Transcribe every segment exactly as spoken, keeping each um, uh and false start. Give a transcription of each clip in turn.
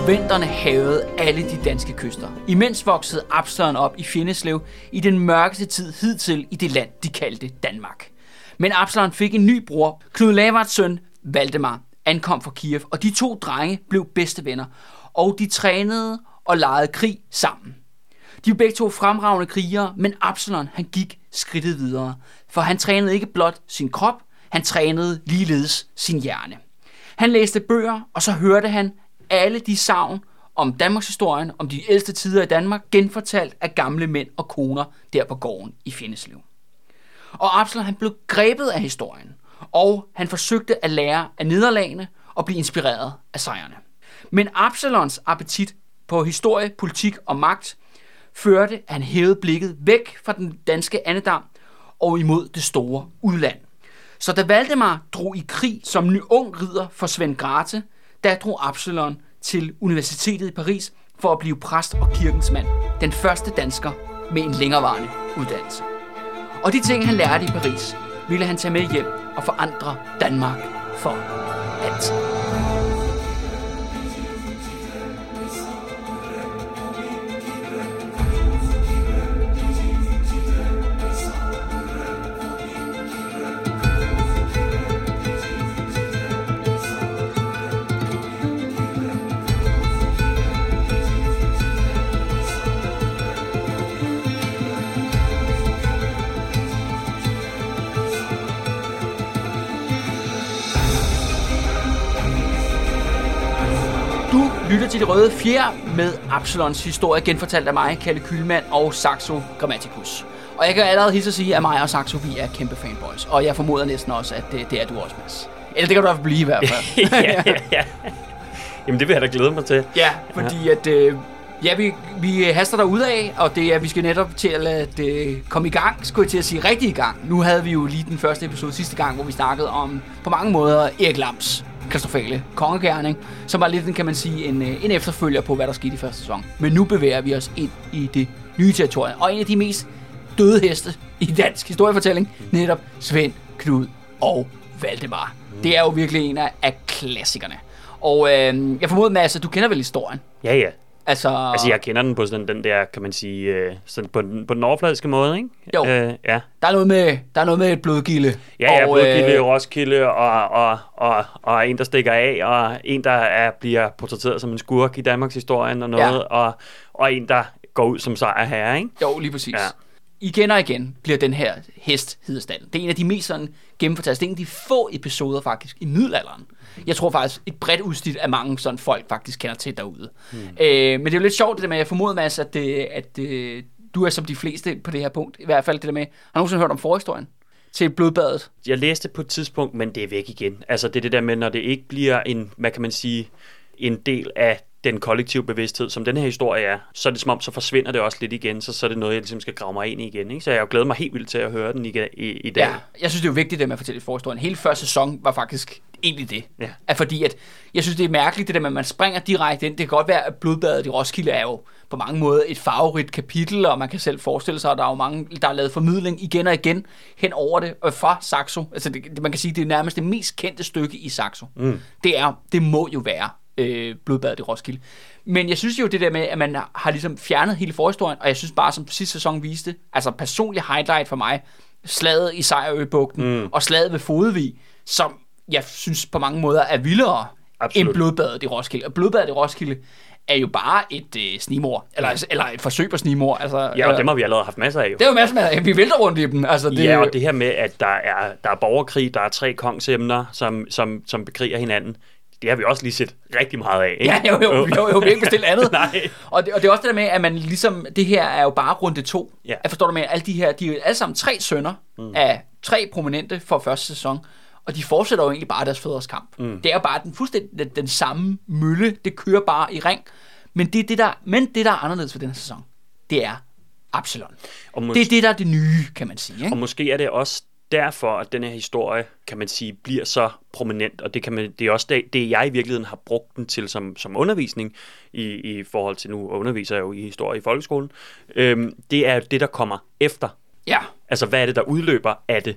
Venderne hærgede alle de danske kyster. Imens voksede Absalon op i Fjenneslev i den mørkeste tid hidtil i det land, de kaldte Danmark. Men Absalon fik en ny bror. Knud Lavards søn, Valdemar, ankom fra Kiev, og de to drenge blev bedste venner, og de trænede og legede krig sammen. De var begge to fremragende krigere, men Absalon han gik skridtet videre, for han trænede ikke blot sin krop, han trænede ligeledes sin hjerne. Han læste bøger, og så hørte han alle de sagn om Danmarks historien, om de ældste tider i Danmark, genfortalt af gamle mænd og koner der på gården i Fjenneslev. Og Absalon han blev grebet af historien, og han forsøgte at lære af nederlagene og blive inspireret af sejrene. Men Absalons appetit på historie, politik og magt førte, at han hævede blikket væk fra den danske andedam og imod det store udland. Så da Valdemar drog i krig som ny ung ridder for Svend Grathe, der drog Absalon til universitetet i Paris for at blive præst og kirkens mand. Den første dansker med en længerevarende uddannelse. Og de ting, han lærte i Paris, ville han tage med hjem og forandre Danmark for altid. Lytter til De Røde Fjer med Absalons historie, genfortalt af mig, Kalle Kühlmann og Saxo Grammaticus. Og jeg kan allerede hilse at sige, at mig og Saxo, vi er kæmpe fanboys. Og jeg formoder næsten også, at det, det er du også, Mads. Eller det kan du i hvert fald blive i hvert fald. ja, ja, ja. Jamen det vil jeg da glæde mig til. Ja, fordi ja. at... Øh, ja, vi, vi haster derudad, og det er, vi skal netop til at lade det komme i gang, skulle jeg til at sige rigtig i gang. Nu havde vi jo lige den første episode sidste gang, hvor vi snakkede om, på mange måder, Erik Lams katastrofale kongegerning, som var lidt, kan man sige, en, en efterfølger på, hvad der skete i første sæson. Men nu bevæger vi os ind i det nye territorium, og en af de mest døde heste i dansk historiefortælling, netop Svend, Knud og Valdemar. Mm. Det er jo virkelig en af, af klassikerne. Og øh, jeg formoder, Mads, at du kender vel historien? Ja, ja. Altså, altså, jeg kender den på sådan den der, kan man sige, øh, sådan på, den, på den overfladiske måde, ikke? Jo, øh, ja. der, er noget med, der er noget med et blodgilde. Ja, ja, blodgilde, øh, Roskilde, og, og, og, og en, der stikker af, og en, der er, bliver portrætteret som en skurk i Danmarks historien og noget, ja. og, og en, der går ud som sejrherre, ikke? Jo, lige præcis. Ja. Igen og igen bliver den her hest hedestallen. Det er en af de mest sådan gennemfortalte, det er en af de få episoder faktisk i middelalderen. Jeg tror faktisk, et bredt udsnit af mange sådan folk faktisk kender til derude. Hmm. Øh, men det er jo lidt sjovt det der med, jeg formoder, Mads, at, det, at det, du er som de fleste på det her punkt. I hvert fald det der med, har du nogensinde hørt om forhistorien til blodbadet? Jeg læste på et tidspunkt, men det er væk igen. Altså det er det der med, når det ikke bliver en, hvad kan man sige, en del af den kollektive bevidsthed, som den her historie er, så er det som om, så forsvinder det også lidt igen, så, så er det noget, jeg ligesom skal grave mig ind i igen. Ikke? Så jeg har jo glædet mig helt vildt til at høre den i, i, i dag. Ja, jeg synes, det er jo vigtigt, det med at fortælle forhistorien. Hele første sæson var faktisk egentlig det. Ja. At fordi, at jeg synes, det er mærkeligt, det der med, at man springer direkte ind. Det kan godt være, at blodbadet i Roskilde er jo på mange måder et farverigt kapitel, og man kan selv forestille sig, at der er jo mange, der har lavet formidling igen og igen hen over det, og fra Saxo. Altså, det, man kan sige, det er nærmest det mest kendte stykke i Saxo. Mm. Det er, det må jo være øh, blodbadet i Roskilde. Men jeg synes jo det der med, at man har ligesom fjernet hele forhistorien, og jeg synes bare, som sidste sæson viste, altså personlig highlight for mig, slaget i Sejerøbugten, mm. og slaget ved Fodevig, som jeg synes på mange måder er vildere Absolut. end blodbadet i Roskilde. Og blodbadet i Roskilde er jo bare et øh, snigmord, eller, mm. eller et forsøg på snigmord. Altså, ja, og dem har vi allerede haft masser af. Jo. Det er jo masser af. Vi vælter rundt i dem. Altså, det, ja, og det her med, at der er, der er borgerkrig, der er tre kongsemner, som, som, som bekriger hinanden. Det har vi også lige set rigtig meget af, ikke? Ja, jo, jo, jo, jo, jo vi har ikke bestilt andet. Nej. Og det, og det er også det der med, at man ligesom, det her er jo bare runde to. Ja. Jeg forstår du med, alle de her, de er alle sammen tre sønner mm. af tre prominente for første sæson, og de fortsætter jo egentlig bare deres fædres kamp. Mm. Det er jo bare den fuldstændig den, den samme mølle, det kører bare i ring. Men det, det der, men det, der er anderledes for den her sæson, det er Absalon. Mås- det er det, der er det nye, kan man sige. Ikke? Og måske er det også derfor, at den her historie, kan man sige, bliver så prominent, og det, kan man, det er også det, det, jeg i virkeligheden har brugt den til som, som undervisning, i, i forhold til, nu underviser jeg jo i historie i folkeskolen, øhm, det er det, der kommer efter. Ja. Altså, hvad er det, der udløber af det?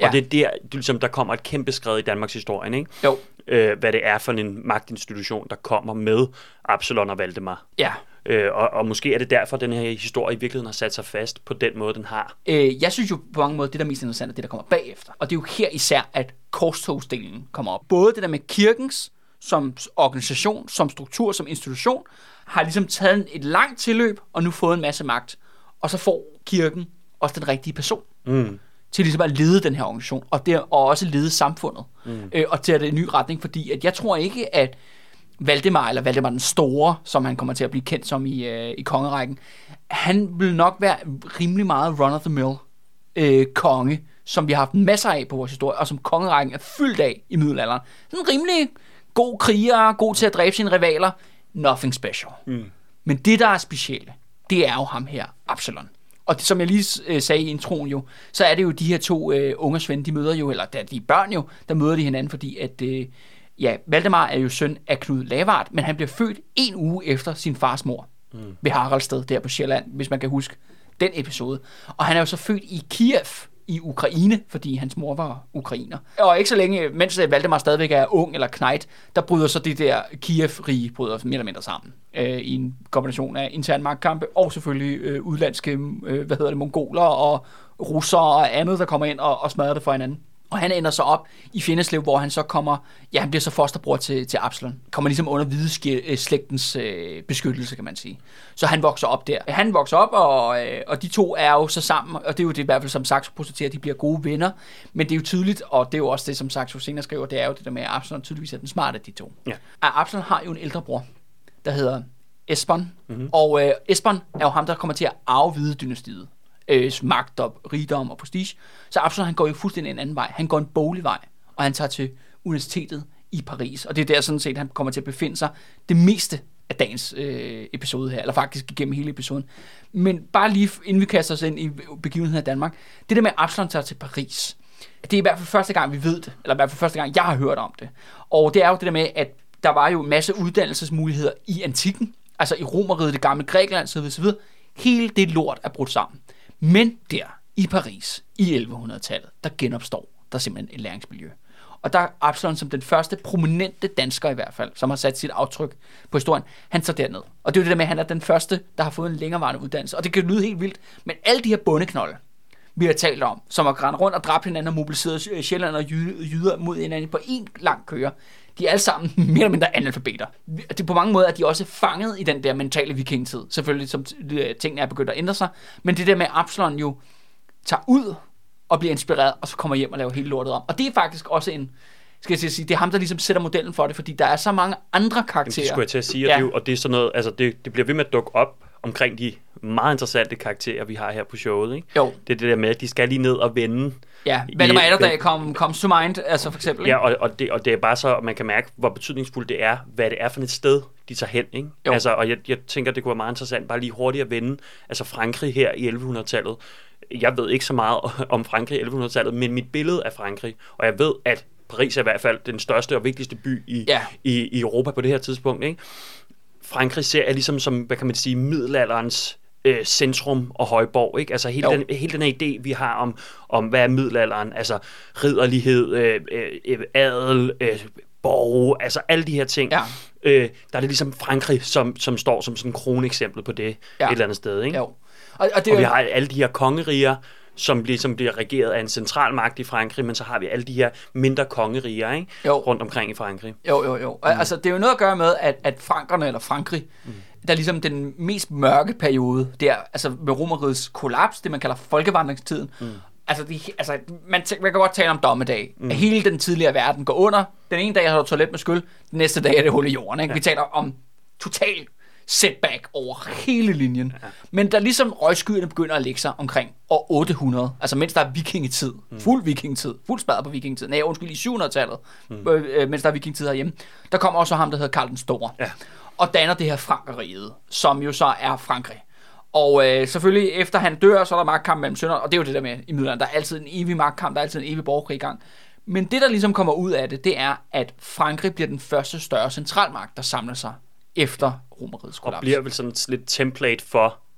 Ja. Og det er der, det, ligesom, der kommer et kæmpe skred i Danmarks historie, ikke? Jo. Øh, hvad det er for en magtinstitution, der kommer med Absalon og Valdemar. Ja. Øh, og, og måske er det derfor, at den her historie i virkeligheden har sat sig fast på den måde, den har. Øh, jeg synes jo på mange måder, det der er mest interessant er det, der kommer bagefter. Og det er jo her især, at korstogsdelen kommer op. Både det der med kirkens som organisation, som struktur, som institution, har ligesom taget et langt tilløb, og nu fået en masse magt. Og så får kirken også den rigtige person Mm. til ligesom at lede den her organisation, og, der, og også lede samfundet, mm. øh, og til at det en ny retning, fordi at jeg tror ikke, at Valdemar, eller Valdemar den Store, som han kommer til at blive kendt som i, øh, i kongerækken, han vil nok være rimelig meget run-of-the-mill øh, konge, som vi har haft masser af på vores historie, og som kongerækken er fyldt af i middelalderen. Sådan en rimelig god kriger, god til at dræbe sine rivaler, nothing special. Mm. Men det, der er specielle, det er jo ham her, Absalon. Og det, som jeg lige øh, sagde i introen jo, så er det jo de her to øh, unge svende, de møder jo, eller de er børn jo, der møder de hinanden, fordi at, øh, ja, Valdemar er jo søn af Knud Lavard, men han bliver født en uge efter sin fars mor, mm. ved Haraldsted, der på Sjælland, hvis man kan huske den episode. Og han er jo så født i Kiev, i Ukraine, fordi hans mor var ukrainer. Og ikke så længe, mens Valdemar stadigvæk er ung eller knejt, der bryder så det der Kiev-rige bryder mere eller mindre sammen. Øh, I en kombination af interne magtkampe, og selvfølgelig øh, udlandske, øh, hvad hedder det, mongoler og russere og andet, der kommer ind og, og smadrer det for hinanden. Og han ender så op i Fjenneslev, hvor han så kommer, ja, han bliver så fosterbror til, til Absalon. Kommer ligesom under hvide slægtens øh, beskyttelse, kan man sige. Så han vokser op der. Han vokser op, og, øh, og de to er jo så sammen, og det er jo det i hvert fald, som Saxo posterer, de bliver gode venner. Men det er jo tydeligt, og det er jo også det, som Saxo senere skriver, det er jo det der med, at Absalon tydeligvis er den smarte af de to. Ja. Absalon har jo en ældre bror, der hedder Esbon, mm-hmm. og øh, Esbon er jo ham, der kommer til at afvide dynastiet. Øh, magt og rigdom og prestige. Så Absalon, han går jo fuldstændig en anden vej. Han går en boglig vej, og han tager til universitetet i Paris. Og det er der sådan set, han kommer til at befinde sig det meste af dagens øh, episode her, eller faktisk igennem hele episoden. Men bare lige inden vi kaster os ind i begivenheden af Danmark, det der med, at Absalon tager til Paris, det er i hvert fald første gang, vi ved det, eller i hvert fald første gang, jeg har hørt om det. Og det er jo det der med, at der var jo en masse uddannelsesmuligheder i antikken, altså i Romerriget, det gamle Grækenland, så videre, så videre. Hele det lort er brudt sammen. Men der i Paris i elleve hundrede-tallet, der genopstår der simpelthen et læringsmiljø. Og der er Absalon som den første prominente dansker i hvert fald, som har sat sit aftryk på historien, han tager derned. Og det er jo det der med, at han er den første, der har fået en længerevarende uddannelse. Og det kan lyde helt vildt, men alle de her bondeknolde, vi har talt om, som har grænt rundt og dræbt hinanden og mobiliseret sjælland og jyder mod hinanden på en lang køre, de er alle sammen mere eller mindre analfabeter. Det er på mange måder, at de også er fanget i den der mentale vikingetid. Selvfølgelig, som tingene er begyndt at ændre sig. Men det der med, at Absalon jo tager ud og bliver inspireret, og så kommer hjem og laver hele lortet om. Og det er faktisk også en, skal jeg sige, det er ham, der ligesom sætter modellen for det, fordi der er så mange andre karakterer. Det skulle jeg til at sige, ja. Og, det, og det er sådan noget, altså det, det bliver ved med at dukke op omkring de meget interessante karakterer, vi har her på showet, ikke? Jo. Det er det der med, at de skal lige ned og vende. Ja, Valdemar Atterdag kom, comes to mind, altså for eksempel. Ja, og, og, det, og det er bare så, man kan mærke, hvor betydningsfuldt det er, hvad det er for et sted, de tager hen, ikke? Jo. Altså, og jeg, jeg tænker, det kunne være meget interessant, bare lige hurtigt at vende, altså Frankrig her i elleve hundrede-tallet. Jeg ved ikke så meget om Frankrig i elleve hundrede-tallet, men mit billede af Frankrig, og jeg ved, at Paris er i hvert fald den største og vigtigste by i, ja. i, i Europa på det her tidspunkt, ikke? Frankrig ser jeg ligesom som, hvad kan man sige, middelalderens øh, centrum og højborg, ikke? Altså hele den, hele den her idé, vi har om, om hvad er middelalderen, altså ridderlighed, øh, øh, adel, øh, borg, altså alle de her ting. Ja. Øh, der er det ligesom Frankrig, som, som står som sådan en kroneksempel på det ja. et eller andet sted, ikke? Jo. Og, og, det og vi har alle de her kongeriger, som ligesom bliver regeret af en central magt i Frankrig, men så har vi alle de her mindre kongeriger, ikke? Rundt omkring i Frankrig. Jo, jo, jo. Mm. Altså, det er jo noget at gøre med, at, at frankerne, eller Frankrig, mm. der er ligesom den mest mørke periode, der, altså med Romerrigets kollaps, det man kalder folkevandringstiden. Mm. Altså, de, altså man, t- man kan godt tale om dommedag. Mm. At hele den tidligere verden går under. Den ene dag har du toilet med skyld, den næste dag er det hul i jorden, ikke? Ja. Vi taler om total setback over hele linjen. Ja. Men da ligesom røgskyerne begynder at lægge sig omkring år otte hundrede, altså mens der er vikingetid, mm. fuld vikingetid, fuld spadet på vikingetid, nej, undskyld, i syv hundrede-tallet, mm. øh, mens der er vikingetid herhjemme, der kommer også ham, der hedder Karl den Store, ja. og danner det her Frankeriget, som jo så er Frankrig. Og øh, selvfølgelig, efter han dør, så er der magtkamp mellem sønner, og det er jo det der med i middelalderen, der er altid en evig magtkamp, der er altid en evig borgerkrig i gang. Men det, der ligesom kommer ud af det, det er, at Frankrig bliver den første større centralmagt, der samler sig efter Romerrigets kollaps. Og bliver vel sådan lidt template for,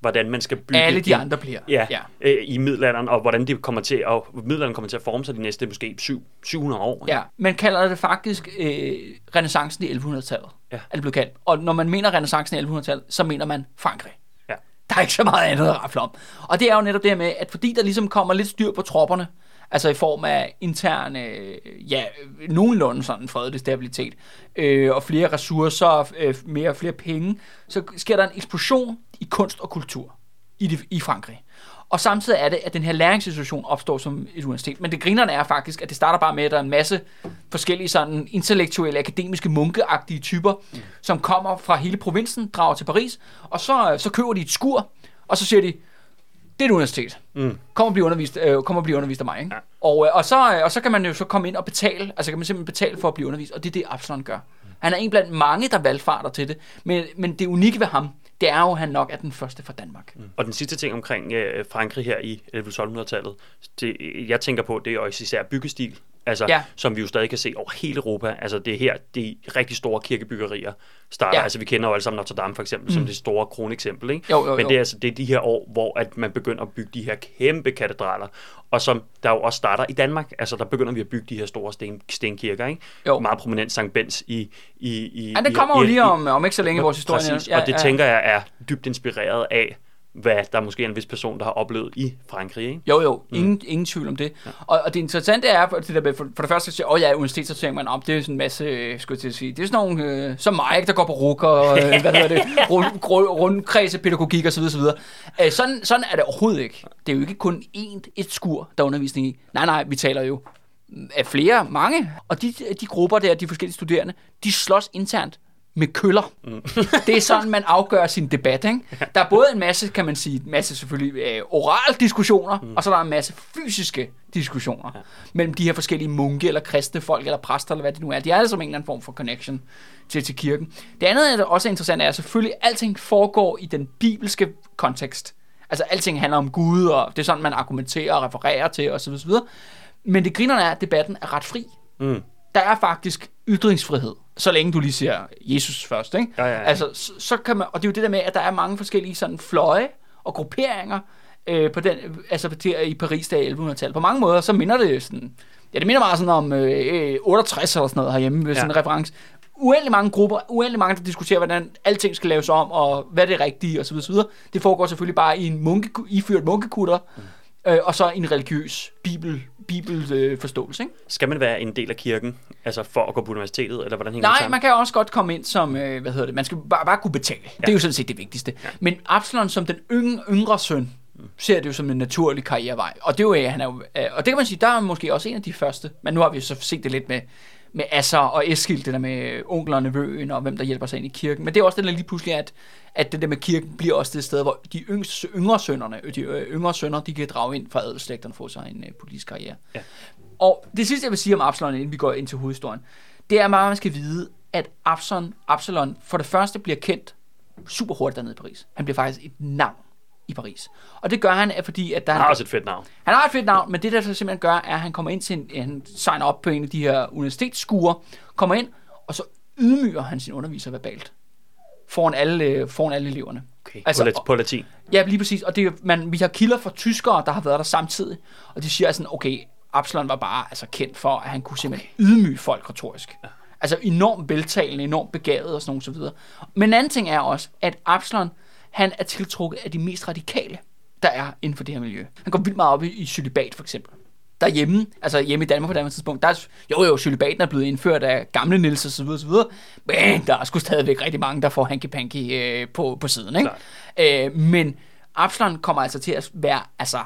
hvordan man skal bygge... Alle de i, andre bliver. Ja, ja. Øh, i middelalderen, og hvordan det kommer til at, middelalderen kommer til at forme sig de næste måske syv hundrede år. Ja, man kalder det faktisk øh, renæssancen i elleve-hundrede-tallet. Ja. Er det blevet kaldt. Og når man mener renæssancen i elleve-hundrede-tallet, så mener man Frankrig. Ja. Der er ikke så meget andet at rafle om. Og det er jo netop det her med, at fordi der ligesom kommer lidt styr på tropperne, altså i form af interne, ja, nogenlunde sådan fredelig stabilitet, øh, og flere ressourcer, øh, mere flere penge, så sker der en eksplosion i kunst og kultur i, det, i Frankrig. Og samtidig er det, at den her læringssituation opstår som et universitet. Men det grinerne er faktisk, at det starter bare med, at der er en masse forskellige sådan intellektuelle, akademiske, munkeagtige typer, mm. som kommer fra hele provinsen, drager til Paris, og så, så køber de et skur, og så siger de, det er et universitet. Mm. Kom og blive undervist, øh, kom og blive undervist af mig. Ikke? Ja. Og, øh, og, så, og så kan man jo så komme ind og betale, altså kan man simpelthen betale for at blive undervist, og det er det, Absalon gør. Mm. Han er en blandt mange, der valgfarter til det, men, men det unikke ved ham, det er jo, at han nok er den første fra Danmark. Mm. Og den sidste ting omkring øh, Frankrig her i elleve-tolv-hundrede-tallet, det, jeg tænker på, det er jo især byggestil, altså, ja. som vi jo stadig kan se over hele Europa. Altså det er her, de rigtig store kirkebyggerier starter. Ja. Altså vi kender jo alle sammen Notre Dame for eksempel, mm. som det store kroneksempel. Ikke? Jo, jo, jo. Men det er, altså, det er de her år, hvor at man begynder at bygge de her kæmpe katedraler, og som der jo også starter i Danmark. Altså der begynder vi at bygge de her store sten, stenkirker. Ikke? Meget prominent Sankt Bens i... i, i ja, det kommer i, jo lige i, om, om ikke så længe i vores historie. Præcis, ja, og det ja. tænker jeg er dybt inspireret af, hvad der måske er en vis person, der har oplevet i Frankrig, ikke? Jo, jo. Ingen, mm. ingen tvivl om det. Ja. Og, og det interessante er, for det, der med, for, for det første, at sige, åh ja, universitet, så tænker man om, det er sådan en masse, skulle jeg til at sige, det er sådan nogle, øh, som mig, der går på rukker, og øh, hvad hedder det, rund, rund, rundkreds af pædagogik, og så videre, så videre. Æh, sådan, sådan er det overhovedet ikke. Det er jo ikke kun én, et skur, der er undervisning i. Nej, nej, vi taler jo af flere, mange. Og de, de grupper der, de forskellige studerende, de slås internt med køller. Mm. Det er sådan, man afgør sin debat, ikke? Der er både en masse, kan man sige, en masse selvfølgelig øh, oral diskussioner, mm. og så er der en masse fysiske diskussioner ja. mellem de her forskellige munke, eller kristne folk, eller præster, eller hvad det nu er. De er alle som en eller anden form for connection til, til kirken. Det andet, der også er interessant, er, at selvfølgelig alting foregår i den bibelske kontekst. Altså alting handler om Gud, og det er sådan, man argumenterer og refererer til, osv. osv. Men det grinerne er, at debatten er ret fri. Mm. Der er faktisk ytringsfrihed, så længe du lige siger Jesus først, ikke? Ja, ja, ja. Altså, så, så kan man, og det er jo det der med, at der er mange forskellige sådan fløje og grupperinger øh, på den, altså i Paris der i elleve-hundrede-tallet. På mange måder, så minder det sådan, ja, det minder meget sådan om øh, otteogtres eller sådan noget herhjemme, ved sådan en reference. Uendelig mange grupper, uendelig mange, der diskuterer, hvordan alting skal laves om, og hvad det er rigtigt, og så videre, så videre. Det foregår selvfølgelig bare i en munke, iført munkekutter, mm. øh, og så en religiøs bibel, bibelforståelse, øh, ikke? Skal man være en del af kirken, altså for at gå på universitetet, eller hvordan hænger Nej, det sammen? man kan også godt komme ind som, øh, hvad hedder det, man skal bare, bare kunne betale. Ja. Det er jo sådan set det vigtigste. Ja. Men Absalon som den yngre, yngre søn, mm. ser det jo som en naturlig karrierevej. Og det er jo, han er jo, øh, og det kan man sige, der er måske også en af de første, men nu har vi så set det lidt med, med Asser og Eskild, det der med onkler og nevøen, og hvem der hjælper sig ind i kirken. Men det er også det der lige pludselig, at, at det der med kirken bliver også det sted, hvor de yngste, yngre sønnerne, de yngre sønner, de kan drage ind fra adelslægterne og få sig en uh, politisk karriere. Ja. Og det sidste, jeg vil sige om Absalon, inden vi går ind til hovedhistorien, det er meget, man skal vide, at Absalon, Absalon for det første bliver kendt super hurtigt dernede i Paris. Han bliver faktisk et navn i Paris. Og det gør han, fordi at der... Han har også et fedt navn. Han har et fedt navn, men det der så simpelthen gør, er, at han kommer ind til en... Han signer op på en af de her universitetsskuer, kommer ind, og så ydmyger han sin underviser verbalt. Foran alle, foran alle eleverne. Okay, altså, på, på latin. Ja, lige præcis. Og det, man, vi har kilder fra tyskere, der har været der samtidig, og de siger sådan, okay, Absalon var bare altså, kendt for, at han kunne simpelthen okay. ydmyge folk retorisk. Ja. Altså enormt veltalende, enormt begavet og sådan noget så videre. Men en anden ting er også, at Absalon, han er tiltrukket af de mest radikale, der er inden for det her miljø. Han går vildt meget op i, i cølibat for eksempel. Derhjemme, altså hjemme i Danmark på det tidspunkt, der er, jo jo, cølibaten er blevet indført af gamle Niels og så videre, så videre, men der er sgu stadigvæk rigtig mange, der får hanky-panky øh, på, på siden, ikke? Øh, men Absalon kommer altså til at være, altså,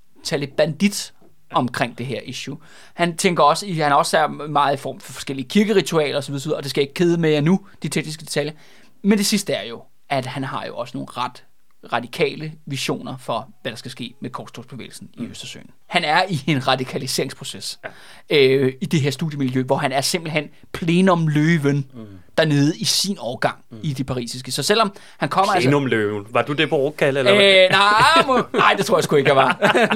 talibandit omkring det her issue. Han tænker også, han er også meget i form for forskellige kirkeritualer og så videre, og det skal jeg ikke kede med jer nu, de tekniske detaljer. Men det sidste er jo, at han har jo også nogle ret radikale visioner for, hvad der skal ske med korstogsbevægelsen i Østersøen. Han er i en radikaliseringsproces ja. øh, i det her studiemiljø, hvor han er simpelthen plenum løven mm. dernede i sin årgang mm. i det parisiske. Så selvom han kommer... Plenum altså, løven? Var du det på Rokal, eller øh, hvad? Nej, må, nej, det tror jeg sgu ikke, jeg var.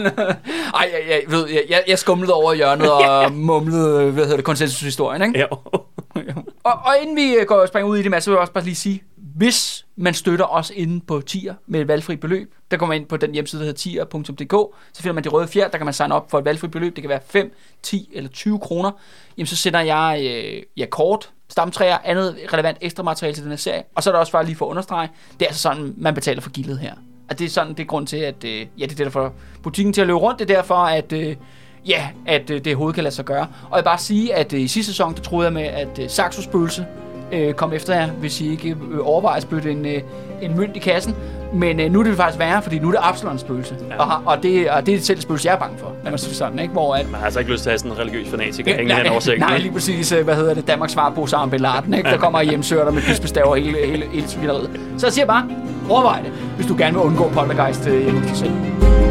Ej, jeg, jeg, ved, jeg, jeg skumlede over hjørnet og mumlede, hvad hedder det, konsensushistorien, ikke? Ja. og, og inden vi går og springer ud i det, så vil jeg også bare lige sige, hvis man støtter os inde på tier med et valgfri beløb, der kommer man ind på den hjemmeside, der hedder tier punktum d k, så finder man de røde fjer, der kan man signe op for et valgfri beløb, det kan være fem, ti eller tyve kroner, jamen så sender jeg øh, ja, kort, stamtræer, andet relevant ekstra materiale til den her serie, og så er der også bare lige for at understrege, det er altså sådan, man betaler for gildet her. At det er sådan, det er grund til, at øh, ja, det er det, der får butikken til at løbe rundt, det er derfor, at øh, ja, at øh, det overhovedet kan lade sig gøre. Og jeg vil bare sige, at øh, i sidste sæson, der troede jeg med, at øh, Saxos spøgelse øh, kom efter jer, hvis I ikke øh, overvejer at spytte en, øh, en mønt i kassen. Men øh, nu er det faktisk værre, fordi nu er det Absalons spøgelse. Ja. Og, og, det, og det er selv spøgelse, jeg er bange for. Lad mig sige sådan, ikke? Hvor, at, man har altså ikke lyst til at have sådan en religiøs fanatiker hængende hen over sækken. Nej, lige præcis, hvad hedder det, Danmarks svar på Søren Bellarden, ikke? Der kommer og hjemsøger dig med bispestaver hele, hele, hele svineriet. Så jeg siger bare, overvej det, hvis du gerne vil undgå poltergeist øh, hjemme til selv.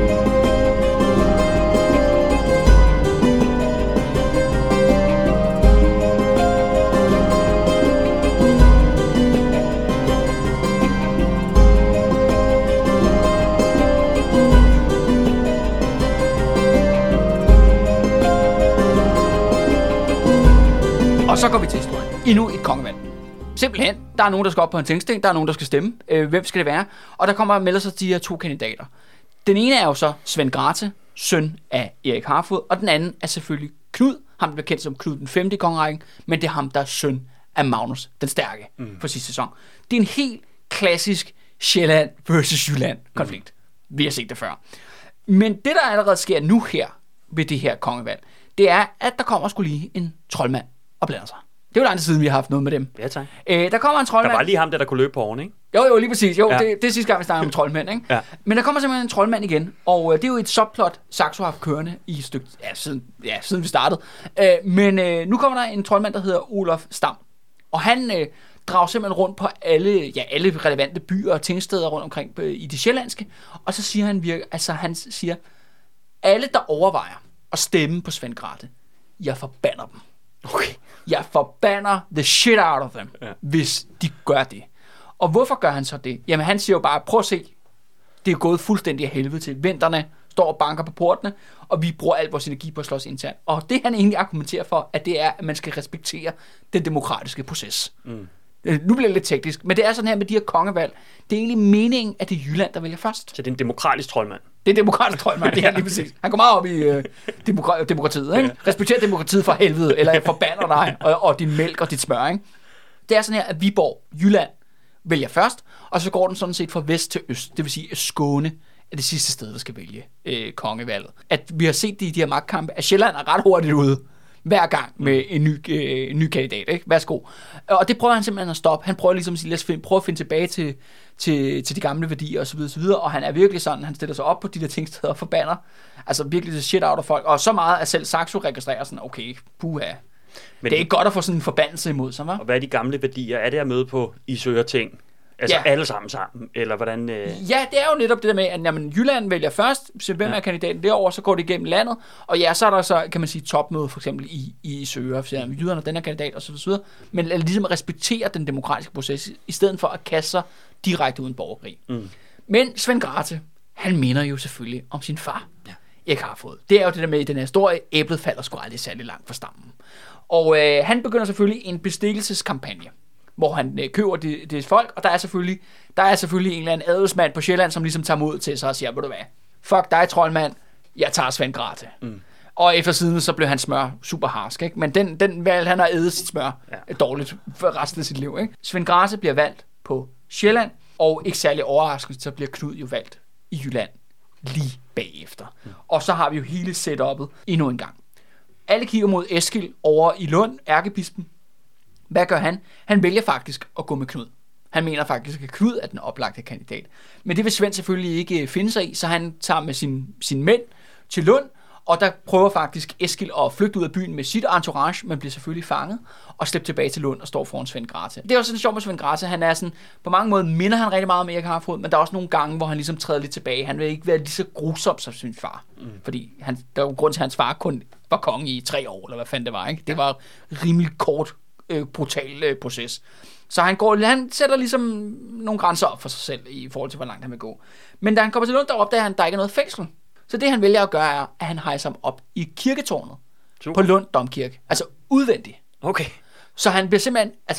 Og så går vi til historien. Endnu et kongevalg. Simpelthen, der er nogen, der skal op på en tingsten, der er nogen, der skal stemme. Øh, hvem skal det være? Og der kommer og melder sig de her to kandidater. Den ene er jo så Svend Grathe, søn af Erik Harfod, og den anden er selvfølgelig Knud. Han bliver kendt som Knud den femte i kongerækken, men det er ham, der er søn af Magnus den Stærke mm. på sidste sæson. Det er en helt klassisk Sjælland versus Jylland konflikt. Mm. Vi har set det før. Men det, der allerede sker nu her ved det her kongevalg, det er, at der kommer sgu lige en troldmand og blander sig. Det er jo lang tid siden, vi har haft noget med dem. Ja, tak. Æ, der kommer en troldmand. Der var lige ham, der, der kunne løbe på oven, ikke? Jo, jo, lige præcis. Jo, ja. det, det er sidste gang, vi snakker om troldmænd, ikke? Ja. Men der kommer simpelthen en troldmand igen, og øh, det er jo et subplot, Saxo har haft kørende i et stykke, ja, siden, ja, siden vi startede. Æ, men øh, nu kommer der en troldmand, der hedder Olaf Stam, og han øh, drager simpelthen rundt på alle, ja, alle relevante byer og tingsteder rundt omkring øh, i det sjællandske, og så siger han, virke, altså han siger, alle, der overvejer at stemme på Svend Grathe, jeg forbander dem. Okay. Jeg forbander the shit out of them, ja. Hvis de gør det. Og hvorfor gør han så det? Jamen han siger jo bare, prøv at se, det er gået fuldstændig af helvede til. Vinterne står og banker på portene, og vi bruger al vores energi på at slås internt. Og det han egentlig argumenterer for, at det er, at man skal respektere den demokratiske proces. Mm. Nu bliver det lidt teknisk, men det er sådan her med de her kongevalg. Det er egentlig meningen, at det er Jylland, der vælger først. Så det er en demokratisk troldmand? Det er en demokratisk troldmand, det er lige præcis. Han går meget op i øh, demokra- demokratiet, ikke? Respekter demokratiet for helvede, eller jeg forbander dig, og, og din mælk og dit smør, ikke? Det er sådan her, at Viborg, Jylland, vælger først, og så går den sådan set fra vest til øst. Det vil sige, at Skåne er det sidste sted, der skal vælge øh, kongevalget. At vi har set det i de her magtkampe, at Sjælland er ret hurtigt ude hver gang med en ny, øh, ny kandidat, ikke? Værsgo. Og det prøver han simpelthen at stoppe. Han prøver ligesom at sige, lad os finde, prøve at finde tilbage til, til, til de gamle værdier osv. osv. Og han er virkelig sådan, han stiller sig op på de der tingsteder og forbander. Altså virkelig det shit out af folk. Og så meget, at selv Saxo registrerer sådan, okay, puha. Men det er ikke godt at få sådan en forbandelse imod sig, hva'? Og hvad er de gamle værdier? Er det at møde på I søger ting? Altså ja. Alle sammen sammen, eller hvordan? Øh... Ja, det er jo netop det der med, at jamen, Jylland vælger først, så hvem ja. Er kandidaten derovre, så går det igennem landet, og ja, så er der så, kan man sige, topmøde for eksempel i, i Søger, for eksempel jyderne, den her kandidat, og så videre, men ligesom at respektere den demokratiske proces, i stedet for at kaste sig direkte uden borgerkrig. Mm. Men Svend Grathe, han minder jo selvfølgelig om sin far, ja. Erik Harfod. Det er jo det der med, i den her historie, æblet falder sgu aldrig særlig langt fra stammen. Og øh, han begynder selvfølgelig en bestikkelseskampagne, hvor han øh, køber det, det folk, og der er selvfølgelig der er selvfølgelig en eller anden adelsmand på Sjælland, som ligesom tager mod til sig og siger, ved du hvad, fuck dig, troldmand, jeg tager Svend Grathe. Mm. Og efter siden, så blev han smør super harsk, ikke? Men den, den valg, han har ædet sit smør ja. Dårligt for resten af sit liv, ikke? Svend Grathe bliver valgt på Sjælland, og ikke særlig overraskende, så bliver Knud jo valgt i Jylland lige bagefter. Mm. Og så har vi jo hele setup'et endnu en gang. Alle kigger mod Eskil over i Lund, ærkebispen. Hvad gør han? Han vælger faktisk at gå med Knud. Han mener faktisk, at Knud er den oplagte kandidat. Men det vil Svend selvfølgelig ikke finde sig i, så han tager med sin, sin mænd til Lund, og der prøver faktisk Eskil at flygte ud af byen med sit entourage, men bliver selvfølgelig fanget, og slæbt tilbage til Lund og står foran Svend Grathe. Det er også sådan sjovt med Svend Grathe. Han er sådan, på mange måder minder han rigtig meget om Erik Harfod, men der er også nogle gange, hvor han ligesom træder lidt tilbage. Han vil ikke være lige så grusom som sin far, mm. fordi han, der er jo grund til, at hans far kun var konge i tre år, eller hvad fanden det var, ikke? Det var rimelig kort, øh, brutal øh, proces. Så han, går, han sætter ligesom nogle grænser op for sig selv, i forhold til, hvor langt han vil gå. Men da han kommer til Lund, der opdager han, at der ikke er noget fængsel. Så det, han vælger at gøre, er, at han hejser ham op i kirketårnet Super. På Lund Domkirke. Altså udvendigt. Okay. Så han bliver simpelthen, altså